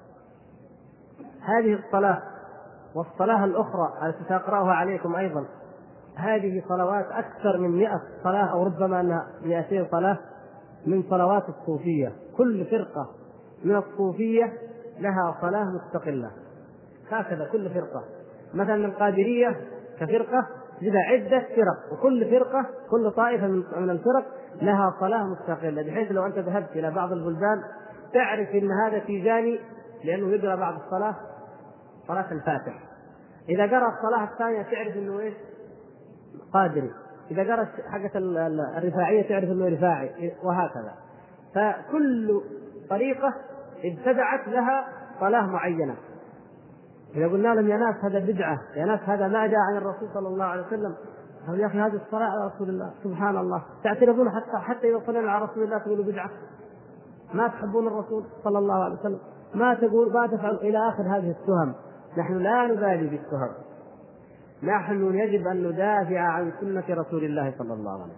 هذه الصلاة والصلاة الأخرى التي سأقرأها عليكم أيضا، هذه صلوات أكثر من 100 صلاة أو ربما أنها 200 صلاة من صلوات الصوفية. كل فرقة من الصوفية لها صلاة مستقلة، هكذا كل فرقة. مثلا القادرية كفرقة لها عدة فرق، وكل فرقة كل طائفة من الفرق لها صلاة مستقلة، بحيث لو أنت ذهبت إلى بعض البلدان تعرف أن هذا تيجاني لأنه يقرأ بعد الصلاة صلاة الفاتح، إذا قرأ الصلاة الثانية تعرف أنه إيش قادري، إذا قرأ حاجة الرفاعية تعرف أنه رفاعي، وهكذا. فكل طريقة ابتدعت لها صلاة معينة. إذا قلنا لهم يا ناس هذا بدعة، يا ناس هذا ما جاء عن الرسول صلى الله عليه وسلم، قالوا يا أخي هذه الصلاة على رسول الله، سبحان الله، تعترضون حتى إذا صلينا على رسول الله تقولوا بدعة؟ ما تحبون الرسول صلى الله عليه وسلم؟ ما تفعل إلى آخر هذه التهم. نحن لا نبالي بالتهم، نحن يجب أن ندافع عن سنة رسول الله صلى الله عليه وسلم،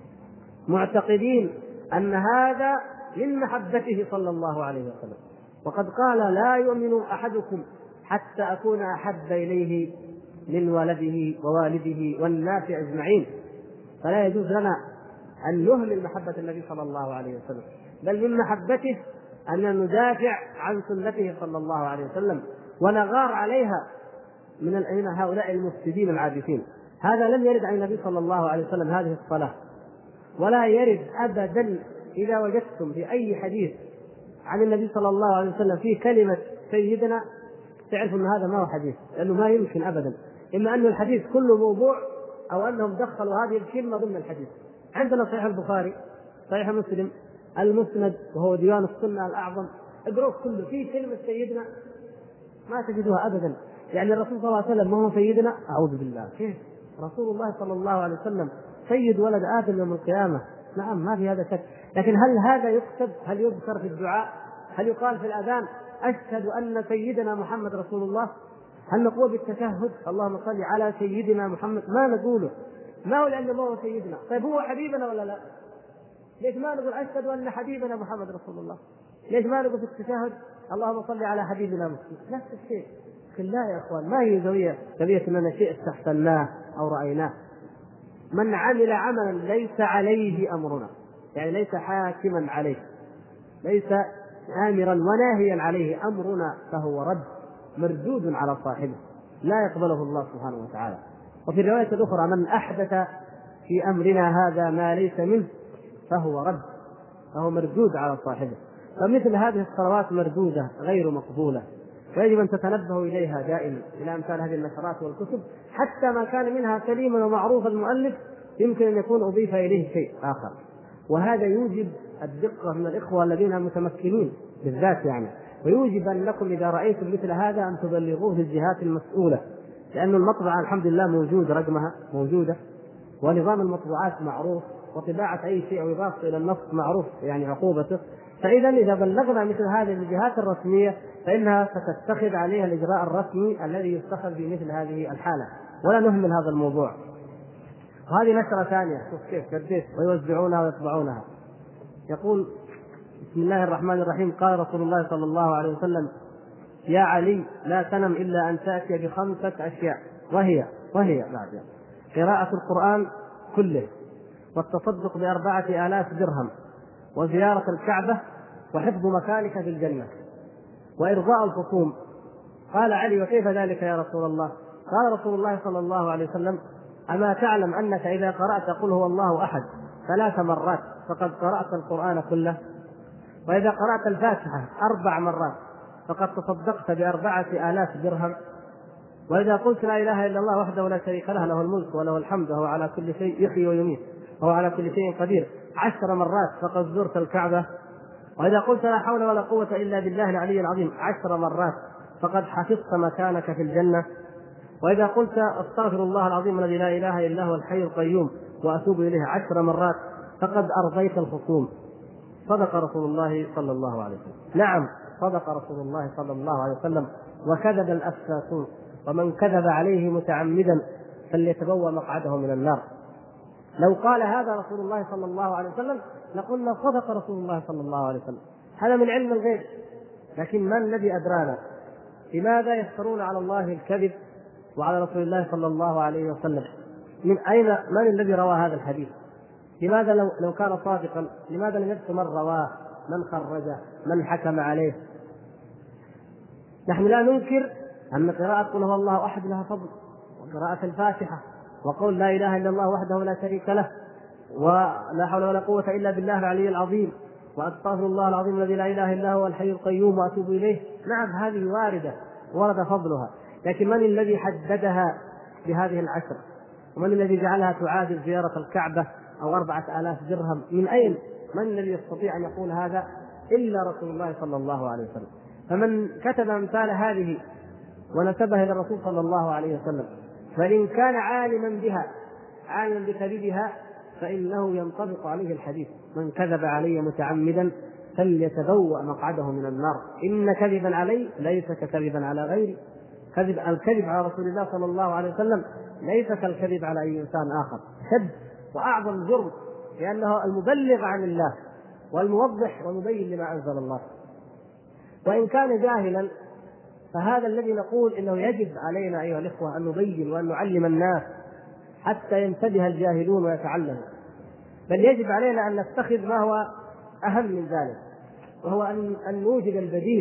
معتقدين أن هذا من محبته صلى الله عليه وسلم. وقد قال لا يؤمن أحدكم حتى أكون أحب إليه من ولده ووالده والناس أجمعين. فلا يجوز لنا أن نهمل محبة النبي صلى الله عليه وسلم، بل من محبته أن ندافع عن سنته صلى الله عليه وسلم ونغار عليها من هؤلاء المفسدين العابثين. هذا لم يرد عن النبي صلى الله عليه وسلم هذه الصلاة، ولا يرد أبدا. إذا وجدتم في أي حديث عن النبي صلى الله عليه وسلم في كلمة سيدنا تعرف أن هذا ما هو حديث، لأنه ما يمكن أبدا، إما أن الحديث كله موضوع أو أنهم دخلوا هذه الكلمة ضمن الحديث. عندنا صحيح البخاري، صحيح مسلم، المسند وهو ديوان السنة الأعظم، اقرأوا كله فيه كلمة سيدنا ما تجدوها أبدا. يعني الرسول صلى الله عليه وسلم ما هو سيدنا؟ أعوذ بالله، كيف رسول الله صلى الله عليه وسلم سيد ولد آدم يوم القيامة؟ نعم ما في هذا شك. لكن هل هذا يكتب؟ هل يذكر في الدعاء؟ هل يقال في الأذان أشهد أن سيدنا محمد رسول الله؟ هل نقول بالتشهد اللهم صل على سيدنا محمد؟ ما نقوله، ما هو لأنه ما هو سيدنا. طيب هو حبيبنا ولا لا؟ ليش ما نقول أشهد أن حبيبنا محمد رسول الله؟ ليش ما نقول في التشهد اللهم صل على حبيبنا محمد؟ نفس الشيء. لا يا أخوان، ما هي زوية أننا شيء استحسناه أو رأيناه. من عمل عملا ليس عليه أمرنا، يعني ليس حاكما عليه، ليس آمرا وناهيا عليه أمرنا فهو رد مردود على صاحبه لا يقبله الله سبحانه وتعالى. وفي الرواية الأخرى من أحدث في أمرنا هذا ما ليس منه فهو رد، فهو مردود على صاحبه. فمثل هذه الصلوات مردودة غير مقبولة، ويجب أن تتنبهوا إليها دائما، إلى أمثال هذه النشرات والكتب، حتى ما كان منها سليما ومعروف المؤلف يمكن أن يكون أضيف إليه شيء آخر، وهذا يوجب الدقة من الإخوة الذين متمكنين بالذات يعني، ويوجب أنكم إذا رأيتم مثل هذا أن تبلغوه للجهات المسؤولة، لأن المطبعة الحمد لله موجود، رقمها موجودة، ونظام المطبوعات معروف، وطباعة أي شيء أو إضافة إلى النص معروف يعني عقوبته. فإذا إذا بلغنا مثل هذه الجهات الرسمية فإنها ستتخذ عليها الإجراء الرسمي الذي يتخذ في مثل هذه الحالة، ولا نهمل هذا الموضوع. وهذه نشرة ثانية، شوف كيف كديت ويوزعونها ويطبعونها. يقول: بسم الله الرحمن الرحيم، قال رسول الله صلى الله عليه وسلم: يا علي لا تنم إلا أن تأتي ب5 أشياء، وهي بعد قراءة القرآن كله، والتصدق ب4,000 درهم، وزيارة الكعبة، وحفظ مكانك في الجنة، وإرضاء الخصوم. قال علي: وكيف ذلك يا رسول الله؟ قال رسول الله صلى الله عليه وسلم: أما تعلم أنك إذا قرأت قل هو الله أحد 3 مرات فقد قرأت القرآن كله، وإذا قرأت الفاتحة 4 مرات فقد تصدقت ب4,000 درهم، وإذا قلت لا إله إلا الله وحده لا شريك له، له الملك وله الحمد وهو على كل شيء يحيي ويميت وهو على كل شيء قدير 10 مرات فقد زرت الكعبة، وإذا قلت لا حول ولا قوة إلا بالله العلي العظيم 10 مرات فقد حفظت مكانك في الجنة، وإذا قلت أستغفر الله العظيم الذي لا إله إلا هو الحي القيوم وأتوب إليه 10 مرات فقد أرضيت الخصوم. صدق رسول الله صلى الله عليه وسلم. نعم، صدق رسول الله صلى الله عليه وسلم، وكذب الأفاكون، ومن كذب عليه متعمدا فليتبوأ مقعده من النار. لو قال هذا رسول الله صلى الله عليه وسلم لقلنا صدق رسول الله صلى الله عليه وسلم، هذا من علم الغيب. لكن من الذي أدرانا؟ لماذا يفترون على الله الكذب وعلى رسول الله صلى الله عليه وسلم؟ من الذي روى هذا الحديث؟ لماذا لو كان صادقا لماذا لم يذكر من رواه، من خرجه، من حكم عليه؟ نحن لا ننكر أن قراءة قل هو الله أحد لها فضل، وقراءة الفاتحة، وقول لا إله إلا الله وحده لا شريك له، ولا حول ولا قوة إلا بالله العلي العظيم، وأستغفر الله العظيم الذي لا إله إلا هو الحي القيوم وأتوب إليه. نعم، هذه واردة ورد فضلها، لكن من الذي حددها بهذه 10؟ ومن الذي جعلها تعادل زيارة الكعبة أو 4,000 درهم؟ من أين؟ من الذي يستطيع أن يقول هذا إلا رسول الله صلى الله عليه وسلم؟ فمن كتب أمثال هذه ونسبها إلى الرسول صلى الله عليه وسلم فإن كان عالما بها عالما بكذبها فإنه ينطبق عليه الحديث: من كذب علي متعمدا فليتبوأ مقعده من النار. إن كذبا علي ليس ككذبا على غيري. الكذب على رسول الله صلى الله عليه وسلم ليس كالكذب على أي إنسان آخر، شد وأعظم جرم، لأنه المبلغ عن الله والموضح والمبين لما أنزل الله. وإن كان جاهلا فهذا الذي نقول إنه يجب علينا أيها الإخوة أن نبين وأن نعلم الناس حتى ينتبه الجاهلون ويتعلموا، بل يجب علينا أن نتخذ ما هو أهم من ذلك، وهو أن نوجد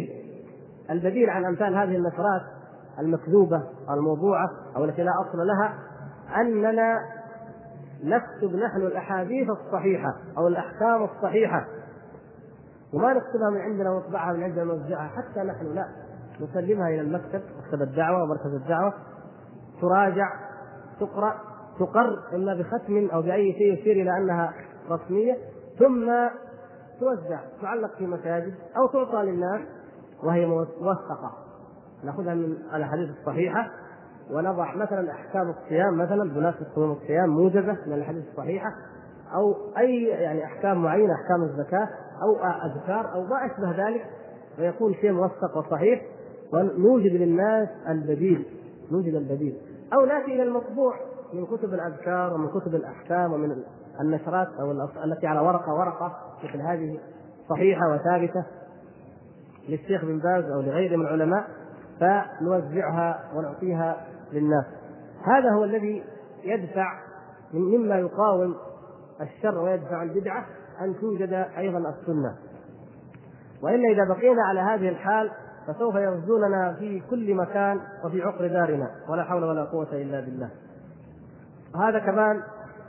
البديل عن أمثال هذه النشرات المكذوبة الموضوعة أو التي لا أصل لها، أننا نكتب نحن الأحاديث الصحيحة أو الأحكام الصحيحة، وما نكتبها من عندنا ونطبعها من عندنا ونوزعها، حتى نحن لا نسلمها إلى المكتب، مكتب الدعوة ومركز الدعوة، تراجع، تقرأ، تقر إما بختم أو بأي شيء يشير إلى أنها رسمية، ثم توزع، تعلق في مساجد أو تعطى للناس وهي موثقة. نأخذها من الأحاديث الصحيحة ونضع مثلا أحكام الصيام، مثلا بمناسبة صوم الصيام موجزة من الأحاديث الصحيحة، أو أي يعني أحكام معينة، أحكام الزكاة أو أذكار أو ما أشبه ذلك، ويكون شيء موثق وصحيح، ونوجد للناس البديل، نوجد البديل. أو نأتي إلى المطبوع من كتب الأذكار ومن كتب الأحكام ومن النشرات أو التي على ورقة مثل هذه صحيحة وثابتة للشيخ بن باز أو لغيره من العلماء، فنوزعها ونعطيها للناس. هذا هو الذي يدفع مما يقاوم الشر ويدفع البدعة أن توجد أيضا السنة. وإلا إذا بقينا على هذه الحال فسوف يغزوننا في كل مكان وفي عقر دارنا، ولا حول ولا قوة إلا بالله. هذا كمان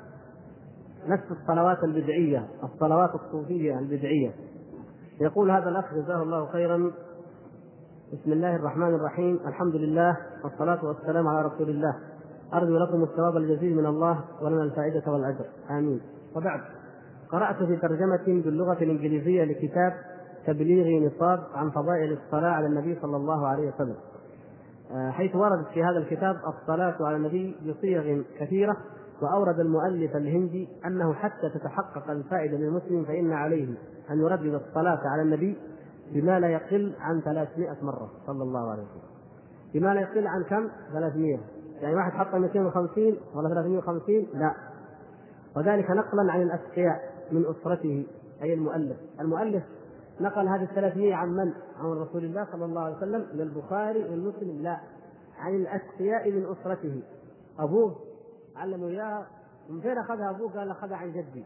نفس الصلوات البدعية، الصلوات الصوفية البدعية. يقول هذا الأخ جزاه الله خيرا: بسم الله الرحمن الرحيم، الحمد لله والصلاة والسلام على رسول الله، أرجو لكم الثواب الجزيل من الله ولنا الفائدة والأجر، آمين. وبعد، قرأت في ترجمة باللغة الإنجليزية لكتاب تبليغ نصاب عن فضائل الصلاة على النبي صلى الله عليه وسلم، حيث وردت في هذا الكتاب الصلاة على النبي بصيغ كثيرة، وأورد المؤلف الهندي أنه حتى تتحقق الفائدة للمسلم فإن عليه أن يردد الصلاة على النبي بما لا يقل عن 300 مرة صلى الله عليه وسلم. بما لا يقل عن كم؟ 300. يعني واحد حط 250 ولا 350؟ لا. وذلك نقلا عن الأتقياء من أسرته، أي المؤلف نقل هذه 300 عن من؟ عن رسول الله صلى الله عليه وسلم، من البخاري والمسلم؟ لا، عن الأتقياء من أسرته. أبوه علموا إياها، من فين أخذها أبوه؟ قال أخذها عن جدي.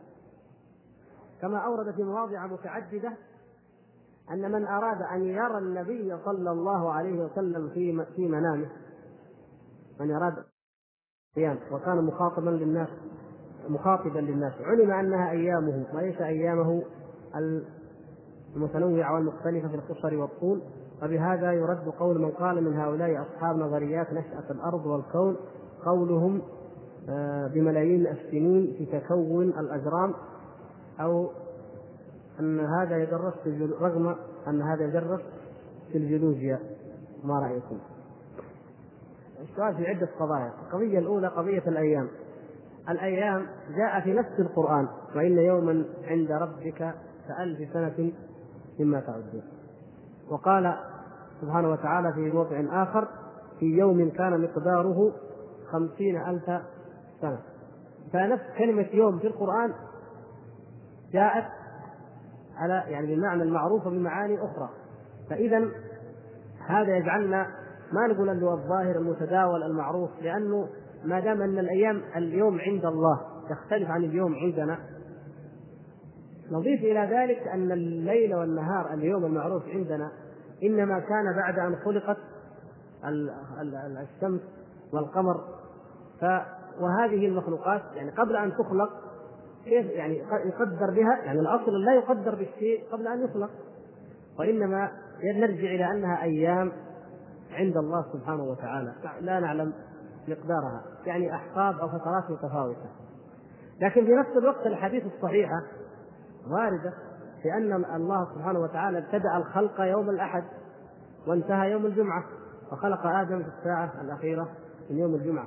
كما أورد في مواضع متعددة أن من أراد أن يرى النبي صلى الله عليه وسلم في منامه، من أراد قيام وكان مخاطبا للناس، علم أنها أيامه وليس أيامه المتنوعة والمختلفة في القصر والطول. وبهذا يرد قول من قال من هؤلاء أصحاب نظريات نشأة الأرض والكون قولهم بملايين السنين في تكون الأجرام، أو أن هذا يدرس رغم أن هذا يدرس في الجيولوجيا. ما رأيكم؟ السؤال في عدة قضايا. القضية الأولى قضية الأيام جاء في نفس القرآن: وإن يوما عند ربك كألف سنة مما تعدون. وقال سبحانه وتعالى في موضع آخر: في يوم كان مقداره 50,000 سنة. فنفس كلمة يوم في القرآن جاءت على يعني بالمعنى المعروف بمعاني أخرى. فإذا هذا يجعلنا ما نقول أنه الظاهر المتداول المعروف، لأنه ما دام أن الأيام اليوم عند الله تختلف عن اليوم عندنا. نضيف إلى ذلك أن الليل والنهار اليوم المعروف عندنا إنما كان بعد أن خلقت الشمس والقمر. وهذه المخلوقات يعني قبل أن تخلق كيف يعني يقدر بها؟ يعني الأصل لا يقدر بالشيء قبل أن يخلق، وإنما نرجع إلى أنها أيام عند الله سبحانه وتعالى لا نعلم مقدارها، يعني أحقاب أو فترات متفاوتة. لكن في نفس الوقت الحديث الصحيحة واردة في أن الله سبحانه وتعالى ابتدأ الخلق يوم الأحد وانتهى يوم الجمعة، وخلق آدم في الساعة الأخيرة من يوم الجمعة.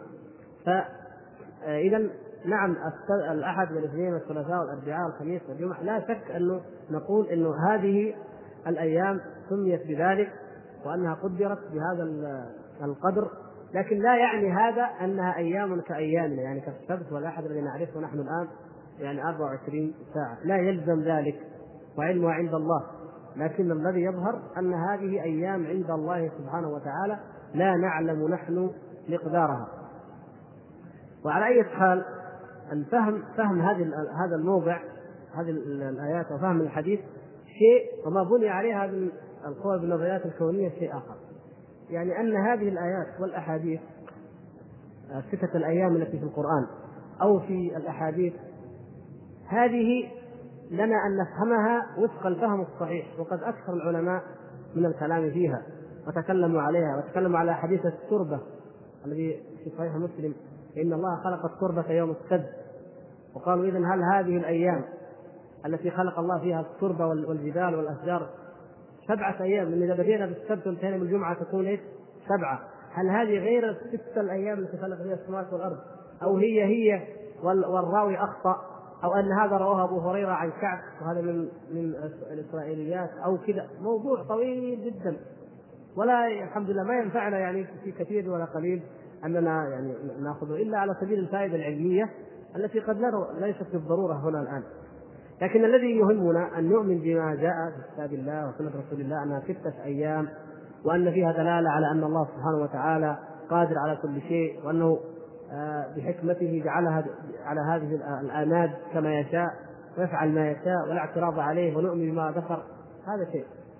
فإذا نعم الأحد والاثنين والثلاثاء والأربعاء والخميس والجمعة لا شك أنه نقول أنه هذه الأيام سميت بذلك وأنها قدرت بهذا القدر، لكن لا يعني هذا أنها أيام كأيامنا، يعني كالسبت والأحد الذي نعرفه نحن الآن يعني 24 ساعة، لا يلزم ذلك، وعلمها عند الله. لكن الذي يظهر أن هذه أيام عند الله سبحانه وتعالى لا نعلم نحن مقدارها. وعلى أي حال فهم هذا الموضع، هذه الآيات وفهم الحديث شيء، وما بني عليها هذه القوى بالنظريات الكونية شيء آخر. يعني أن هذه الآيات والأحاديث 6 الأيام التي في القرآن أو في الأحاديث هذه لنا أن نفهمها وفق الفهم الصحيح، وقد أكثر العلماء من الكلام فيها وتكلموا عليها، وتكلموا على حديث التربة الذي في صحيح مسلم: إن الله خلق التربة يوم السبت. وقالوا إذن هل هذه الأيام التي خلق الله فيها التربة والجبال والأشجار 7 أيام، من إذا بدينا بالسبت وانتهينا بالجمعة تكون 7، هل هذه غير 6 الأيام التي خلق فيها السماوات والأرض، أو هي والراوي أخطأ، أو أن هذا رواه أبو هريرة عن كعب وهذا من الإسرائيليات أو كذا؟ موضوع طويل جدا، ولا الحمد لله ما ينفعنا يعني في كثير ولا قليل أننا يعني نأخذه إلا على سبيل الفائدة العلمية التي قد ليست بالضرورة هنا الآن. لكن الذي يهمنا أن نؤمن بما جاء في كتاب الله وسنة رسول الله أنها 6 أيام، وأن فيها دلالة على أن الله سبحانه وتعالى قادر على كل شيء، وأنه بحكمته جعلها على هذه الآناد كما يشاء ويفعل ما يشاء ولا اعتراض عليه، ونؤمن بما ذكر. هذا شيء.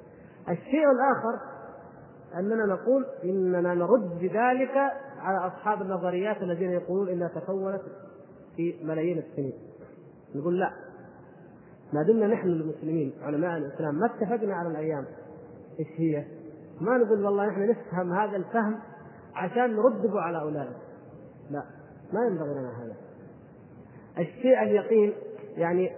الشيء الآخر أننا نقول إننا نرد بذلك على أصحاب النظريات الذين يقولون إنها تكونت في ملايين السنين. نقول لا، ما دمنا نحن المسلمين علماء الإسلام ما اتفقنا على الأيام إيش هي، ما نقول والله نحن نفهم هذا الفهم عشان نرد على أولئك، لا، ما ينبغي لنا هذا. الشيء اليقين يعني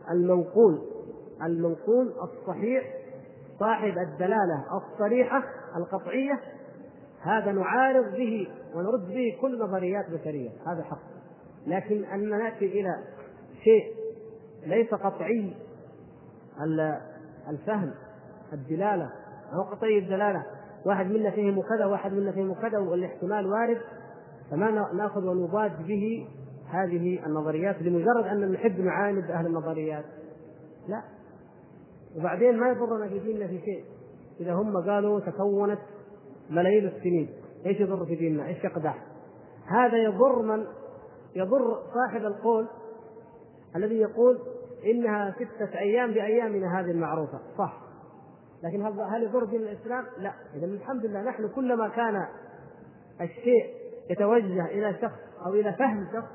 المنقول الصحيح صاحب الدلالة الصريحة القطعية، هذا نعارض به ونرد به كل نظريات بشرية، هذا حق. لكن أن نأتي إلى شيء ليس قطعي الفهم الدلالة أو قطعي الدلالة، واحد منا فهم كذا واحد منا فهم كذا والاحتمال وارد، فما نأخذ ونضاد به هذه النظريات لمجرد أن نحب نعاند أهل النظريات، لا. وبعدين ما يضرنا في ديننا في شيء، إذا هم قالوا تكونت ملايين السنين، إيش يضر في ديننا؟ إيش يقدح؟ هذا يضر صاحب القول الذي يقول إنها 6 أيام بأيامنا هذه المعروفة، صح، لكن هل يضر دين الإسلام؟ لا. إذا الحمد لله نحن كلما كان الشيء يتوجه إلى شخص أو إلى فهم شخص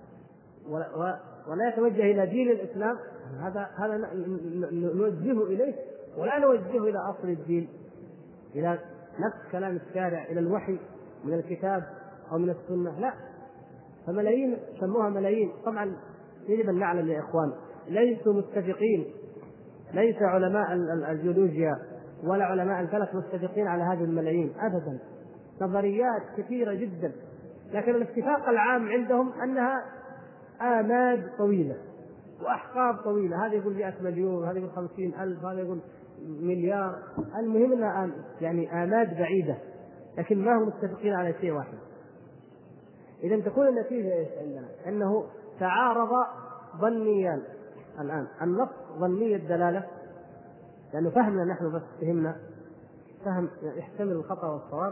ولا يتوجه إلى دين الإسلام، هذا نوجهه إليه ولا نوجهه إلى أصل الدين، إلى نفس كلام الشارع، إلى الوحي من الكتاب أو من السنة، لا. فملايين سموها ملايين. طبعا يجب أن نعلم يا إخوان ليسوا متفقين، ليس علماء الجيولوجيا ولا علماء الفلك متفقين على هذه الملايين أبدا، نظريات كثيرة جدا، لكن الاتفاق العام عندهم أنها آماد طويلة وأحقاب طويلة، هذا يقول 100 مليون، هذا يقول 50,000، هذا يقول مليار، المهم أنها يعني آماد بعيدة، لكن ما هم متفقين على شيء واحد. إذا تكون النتيجة إيش عندنا؟ أنه تعارض ظنيان الآن، النص ظني الدلالة لأنه فهمنا نحن بس فهمنا فهم يحتمل الخطأ والصواب،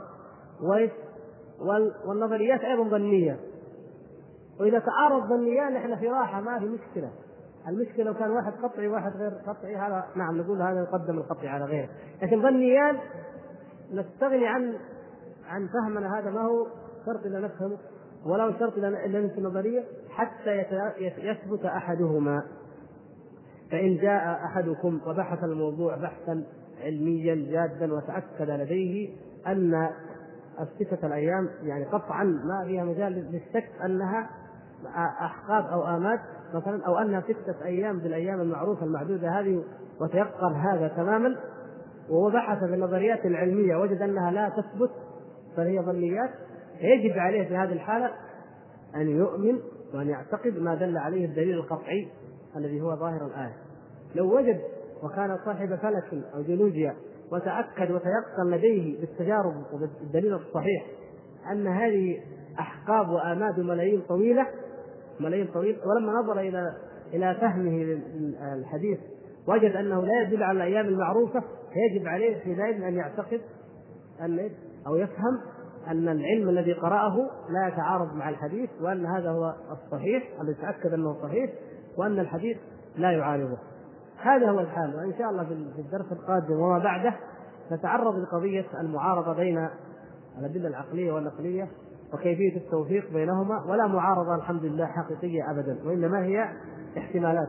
والنظريات أيضا ظنية، وإذا تعارض ظنيان نحن في راحة، ما في مشكلة. المشكلة لو كان واحد قطعي واحد غير قطعي، هذا نعم نقول هذا يقدم القطعي على غيره، لكن ظنيان نستغني عن فهمنا، هذا ما هو شرط إلا نفهمه ولا هو شرط إلا نفهم النظرية حتى يثبت أحدهما. فإن جاء أحدكم وبحث الموضوع بحثا علميا جادا وتأكد لديه أن 6 أيام يعني قطعا ما فيها مجال للشك أنها أحقاب أو آمات مثلا، أو أنها 6 أيام بالأيام المعروفة المعدودة هذه، وتيقن هذا تماما، وهو بحث في النظريات العلمية وجد أنها لا تثبت فهي ظنيات، يجب عليه في هذه الحالة أن يؤمن وأن يعتقد ما دل عليه الدليل القطعي الذي هو ظاهر الآية. لو وجد وكان صاحب فلك أو جيولوجيا وتأكد وتيقن لديه بالتجارب وبالدليل الصحيح أن هذه أحقاب وآماد ملايين طويلة، ولما نظر إلى فهمه للحديث وجد أنه لا يدل على الأيام المعروفة، يجب عليه حينئذ أن يعتقد أو يفهم أن العلم الذي قرأه لا يتعارض مع الحديث، وأن هذا هو الصحيح الذي تأكد أنه صحيح، وأن الحديث لا يعارضه. هذا هو الحال. وإن شاء الله في الدرس القادم وما بعده نتعرض لقضية المعارضة بين الأدلة العقلية والنقلية وكيفية التوفيق بينهما، ولا معارضة الحمد لله حقيقية أبدا، وإنما هي احتمالات.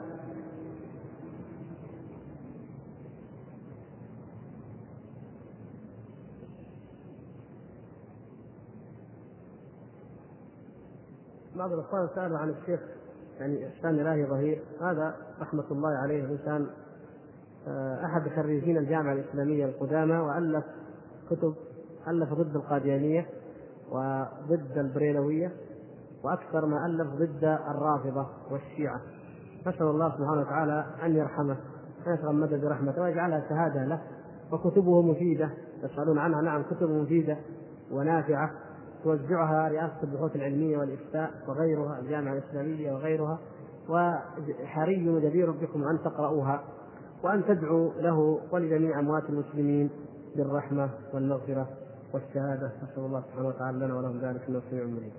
بعض الأخوان سألوا عن الشيخ يعني إحسان إلهي ظهير، هذا رحمة الله عليه إنسان أحد خريجين الجامعة الإسلامية القدامى، وألف كتب، ألف ضد القاديانية وضد البريلوية، وأكثر ما ألف ضد الرافضة والشيعة. نسأل الله سبحانه وتعالى أن يرحمه ويتغمد برحمته ويجعلها شهادة له. وكتبه مفيدة، تسألون عنها، نعم كتبه مفيدة ونافعة، توزعها رئاسة البحوث العلمية والإفتاء وغيرها، الجامعة الإسلامية وغيرها، وحري وجدير بكم أن تقرؤوها وأن تدعوا له ولجميع أموات المسلمين بالرحمة والمغفرة والشهادة. نسأل الله سبحانه وتعالى لنا ولهم ذلك إنه سميع مجيب.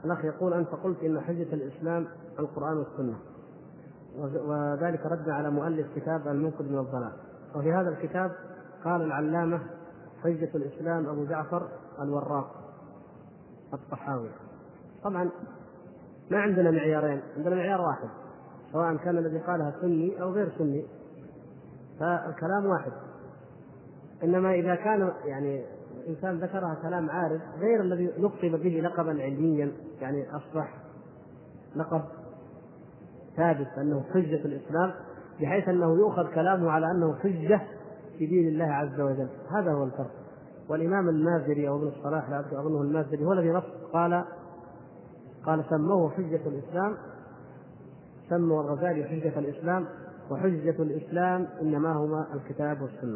الأخ يقول: أنت قلت إن حجة الإسلام القرآن والسنة، وذلك رد على مؤلف كتاب المنقذ من الضلال. وفي هذا الكتاب قال العلامة حجة الإسلام أبو جعفر الوراق الطحاوي. طبعا ما عندنا معيارين، عندنا معيار واحد، سواء كان الذي قالها سني أو غير سني فالكلام واحد. إنما إذا كان يعني إنسان ذكرها كلام عارض غير الذي لقب به لقبا علميا، يعني أصبح لقب ثابت أنه حجة الإسلام، بحيث أنه يؤخذ كلامه على أنه حجة في دين الله عز وجل. هذا هو الفرق. والإمام المازري أو ابن الصلاح لا أظنه المازري هو الذي نص قال سموه حجة الإسلام، سموا الغزالي حجة الإسلام، وحجة الإسلام إنما هما الكتاب والسنة.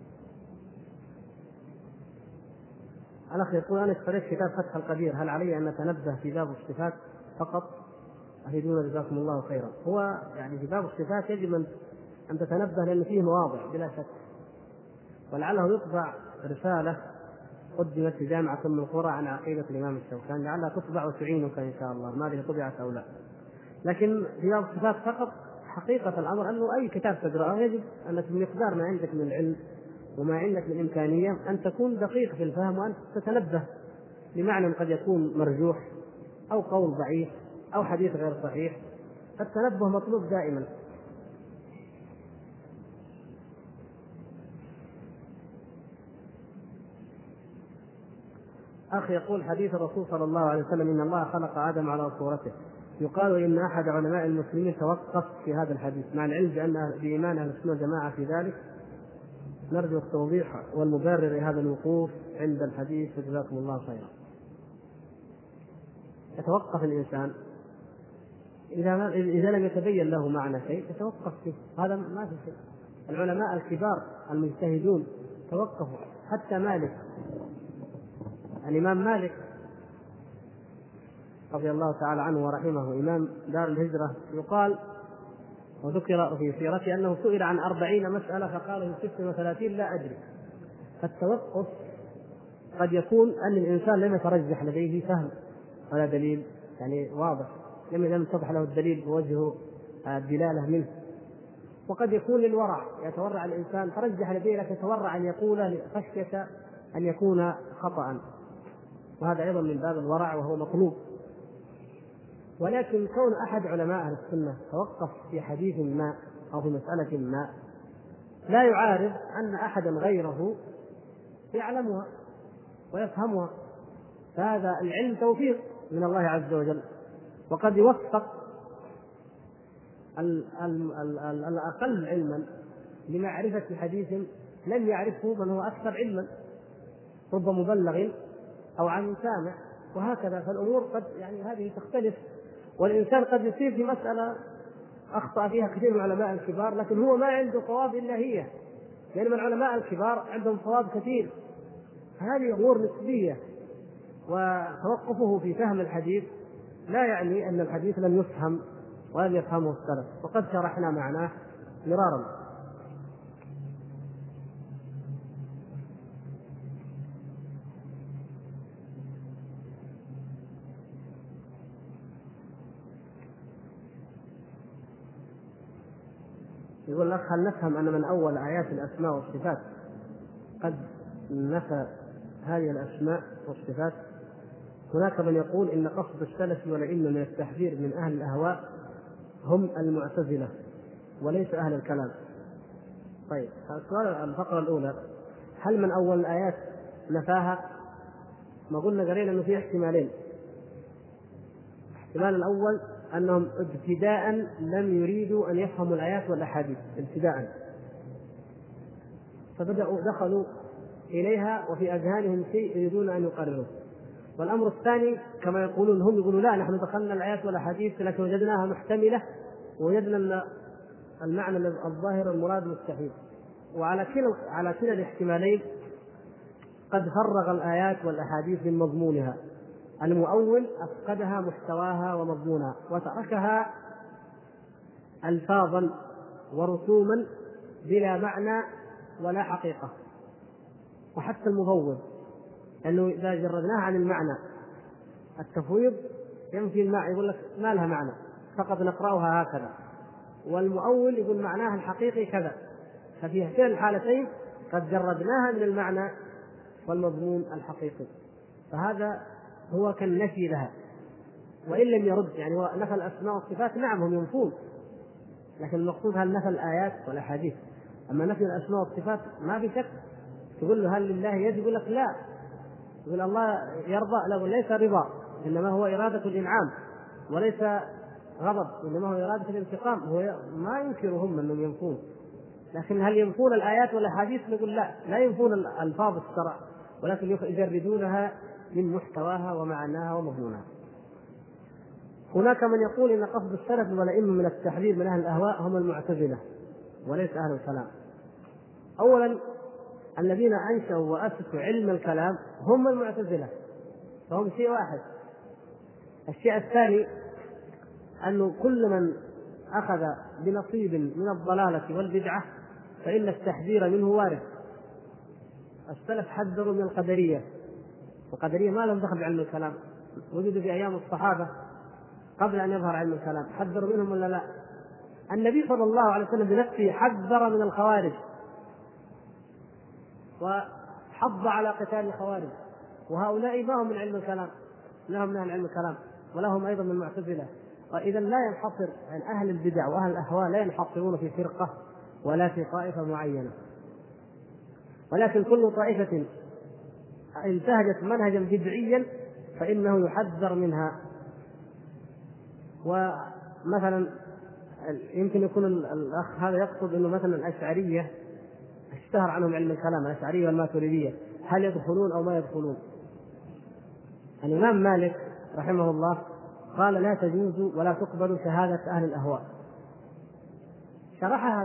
الأخ يقول: أنا اشتريت كتاب فتح القدير، هل علي أن أتنبه في باب الصفات فقط؟ أفيدونا جزاكم الله خيرا. هو يعني في باب الصفات يجب أن تتنبه لأن فيه مواضع بلا شك، ولعله يطبع رسالة قدمت في جامعة أم القرى عن عقيدة الإمام الشوكاني، لعلها تطبع وتعينك إن شاء الله، ما أدري طبعت أو لا. لكن في باب الصفات فقط حقيقة الأمر أنه أي كتاب تقرأه يجب أنك بمقدار ما عندك من العلم وما عندك من إمكانية أن تكون دقيق في الفهم، وأن تتنبه لمعنى قد يكون مرجوح أو قول ضعيف أو حديث غير صحيح. التنبه مطلوب دائما. أخي يقول: حديث الرسول صلى الله عليه وسلم إن الله خلق آدم على صورته، يقال إن أحد علماء المسلمين توقف في هذا الحديث، مع العلم بإيمان أهل السنة والجماعة في ذلك. نرجو التوضيح والمبرر لهذا الوقوف عند الحديث، جزاكم الله خيرا. يتوقف الإنسان إذا لم يتبين له معنى شيء يتوقف فيه، هذا ما في شيء. العلماء الكبار المجتهدون توقفوا، حتى مالك، الإمام مالك رضي الله تعالى عنه ورحمه إمام دار الهجرة، يقال وذكر في سيرته أنه سئل عن 40 مسألة فقال في 36 لا أدري. فالتوقف قد يكون أن الإنسان لم يترجح لديه فهم ولا دليل يعني واضح، لم يتضح له الدليل بوجه الدلالة منه. وقد يكون للورع، يتورع الإنسان، ترجح لديه لكن يتورع أن يقول خشية أن يكون خطأ، وهذا أيضا من باب الورع وهو مطلوب. ولكن كون أحد علماء أهل السنة توقف في حديث ما أو في مسألة ما لا يعارض أن أحدا غيره يعلمها ويفهمها، فهذا العلم توفيق من الله عز وجل. وقد يوفق الأقل علما لمعرفة حديث لم يعرفه من هو أكثر علما، رب مبلغ أو عن سامع، وهكذا. فالأمور قد يعني هذه تختلف، والإنسان قد يصيب في مسألة أخطأ فيها كثير من العلماء الكبار لكن هو ما عنده صواب إلا هي، لأن من العلماء الكبار عندهم صواب كثير. هذه أمور نسبية، وتوقفه في فهم الحديث لا يعني أن الحديث لم يفهم ولم يفهمه السلف، وقد شرحنا معناه مرارا. يقول لك: هل نفهم أن من أول آيات الأسماء والصفات قد نفى هذه الأسماء والصفات؟ هناك من يقول إن قصد السلف والعلم من التحذير من أهل الأهواء هم المعتزلة وليس أهل الكلام. طيب، السؤال الفقرة الأولى: هل من أول الآيات نفاها؟ ما قلنا قرينا أنه في احتمالين. الاحتمال الأول أنهم ابتداء لم يريدوا أن يفهموا الآيات والأحاديث ابتداء، فبدأوا دخلوا إليها وفي أذهانهم شيء يريدون أن يقرروه. والأمر الثاني كما يقولون، هم يقولون لا نحن دخلنا الآيات والأحاديث لكن وجدناها محتملة ووجدنا المعنى الظاهر المراد مستحيل. وعلى كلا الاحتمالين قد فرغ الآيات والأحاديث من مضمونها. المؤول أفقدها محتواها ومضمونها وتركها ألفاظا ورسوما بلا معنى ولا حقيقة. وحتى المفوض، لأنه إذا جردناها عن المعنى التفويض ينفي المعنى، يقول لك ما لها معنى، فقط نقرأها هكذا، والمؤول يقول معناها الحقيقي كذا. ففي هاتين الحالتين قد جردناها من المعنى والمضمون الحقيقي، فهذا هو كالنفي لها. وإن لم يرد، يعني هو نفى الأسماء والصفات نعم هم ينفون، لكن المقصود هل نفى الآيات والأحاديث. أما نفي الأسماء والصفات ما في شك، تقول له هل لله يد؟ يقول لك لا. يقول الله يرضى؟ لا، ليس رضا، إنما هو إرادة الإنعام، وليس غضب، إنما هو إرادة الانتقام. هو ما ينكرهم أنهم ينفون، لكن هل ينفون الآيات والأحاديث؟ نقول لا، لا ينفون الألفاظ الشرع، ولكن يجردونها من محتواها ومعناها ومضمونها. هناك من يقول إن قصد السلف والأئمة من التحذير من أهل الأهواء هم المعتزلة وليس أهل الكلام. أولا الذين أنشأوا وأسسوا علم الكلام هم المعتزلة، فهم شيء واحد. الشيء الثاني أنه كل من أخذ بنصيب من الضلالة والبدعة فإن التحذير منه وارد. السلف حذروا من القدرية، والقدرية ما لهم دخل بعلم الكلام، وجدوا في أيام الصحابة قبل أن يظهر علم الكلام. حذروا منهم ولا لا؟ النبي صلى الله عليه وسلم بنفسه حذر من الخوارج وحض على قتال الخوارج، وهؤلاء ما هم من علم الكلام، لهم من علم الكلام ولهم أيضا من المعتزلة. وإذا لا ينحصر عن أهل البدع وأهل الأهواء، لا ينحصرون في فرقة ولا في طائفة معينة، ولكن كل طائفة انتهجت منهجا بدعيا فإنه يحذر منها. ومثلا يمكن يكون الأخ هذا يقصد أنه مثلا الأشعرية اشتهر عنهم علم الكلام، الأشعرية والماتريدية، هل يدخلون أو ما يدخلون؟ الإمام مالك رحمه الله قال لا تجوز ولا تقبل شهادة أهل الأهواء. شرحها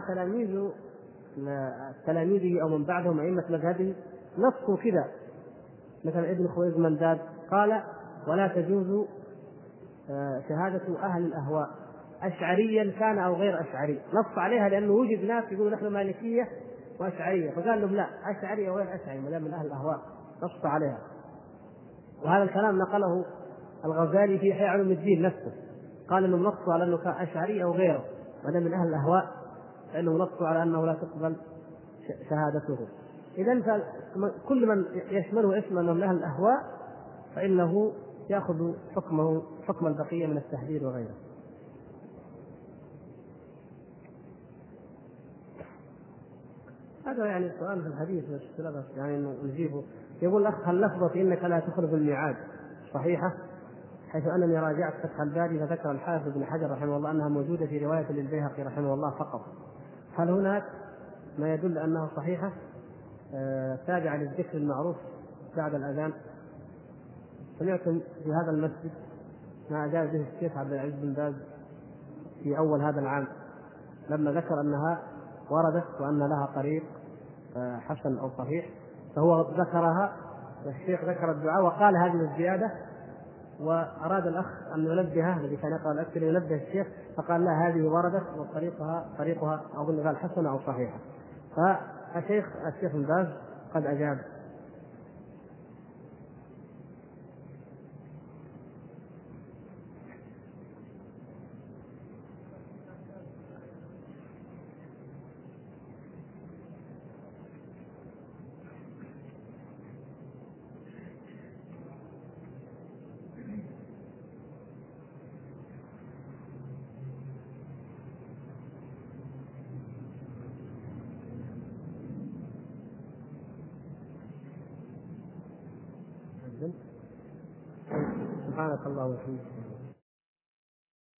تلاميذه أو من بعدهم أئمة مذهبه، نصوا كذا. مثلا ابن خويز منداد قال ولا تجوز شهادة أهل الأهواء أشعريا كان أو غير أشعري، نص عليها لأنه وجد ناس يقولوا نحن مالكية وأشعرية، فقال لهم لا، أشعري وغير أشعري ما دام من أهل الأهواء، نص عليها. وهذا الكلام نقله الغزالي في إحياء علوم الدين نفسه، قال انه نص على انه كان اشعري او غيره ما دام من اهل الاهواء، فانه نص على انه لا تقبل شهادته. اذا كل من يشمله اسم انه من اهل الاهواء فانه ياخذ حكمه حكم البقيه من التحذير وغيره. هذا يعني سؤال في الحديث يعني انه نجيبه. يقول الاخ هل لفظة انك لا تخلف الميعاد صحيحه؟ حيث انني راجعت فتح الباري فذكر الحافظ ابن حجر رحمه الله انها موجوده في روايه للبيهقي رحمه الله فقط. هل هناك ما يدل انها صحيحه تابعه للذكر المعروف بعد الاذان؟ سمعتم في هذا المسجد ما اجاب به الشيخ عبد العزيز بن باز في اول هذا العام لما ذكر انها وردت وان لها طريق حسن او صحيح، فهو ذكرها والشيخ ذكر الدعاء وقال هذه الزياده، وأراد الأخ أن ينبهه الذي كان يقرأ الأكثر ينبه الشيخ فقال لا هذه وردت وطريقها أظن قال حسنة أو صحيحة. فالشيخ بن باز قد أجاب. سبحانك اللهم وبحمدك.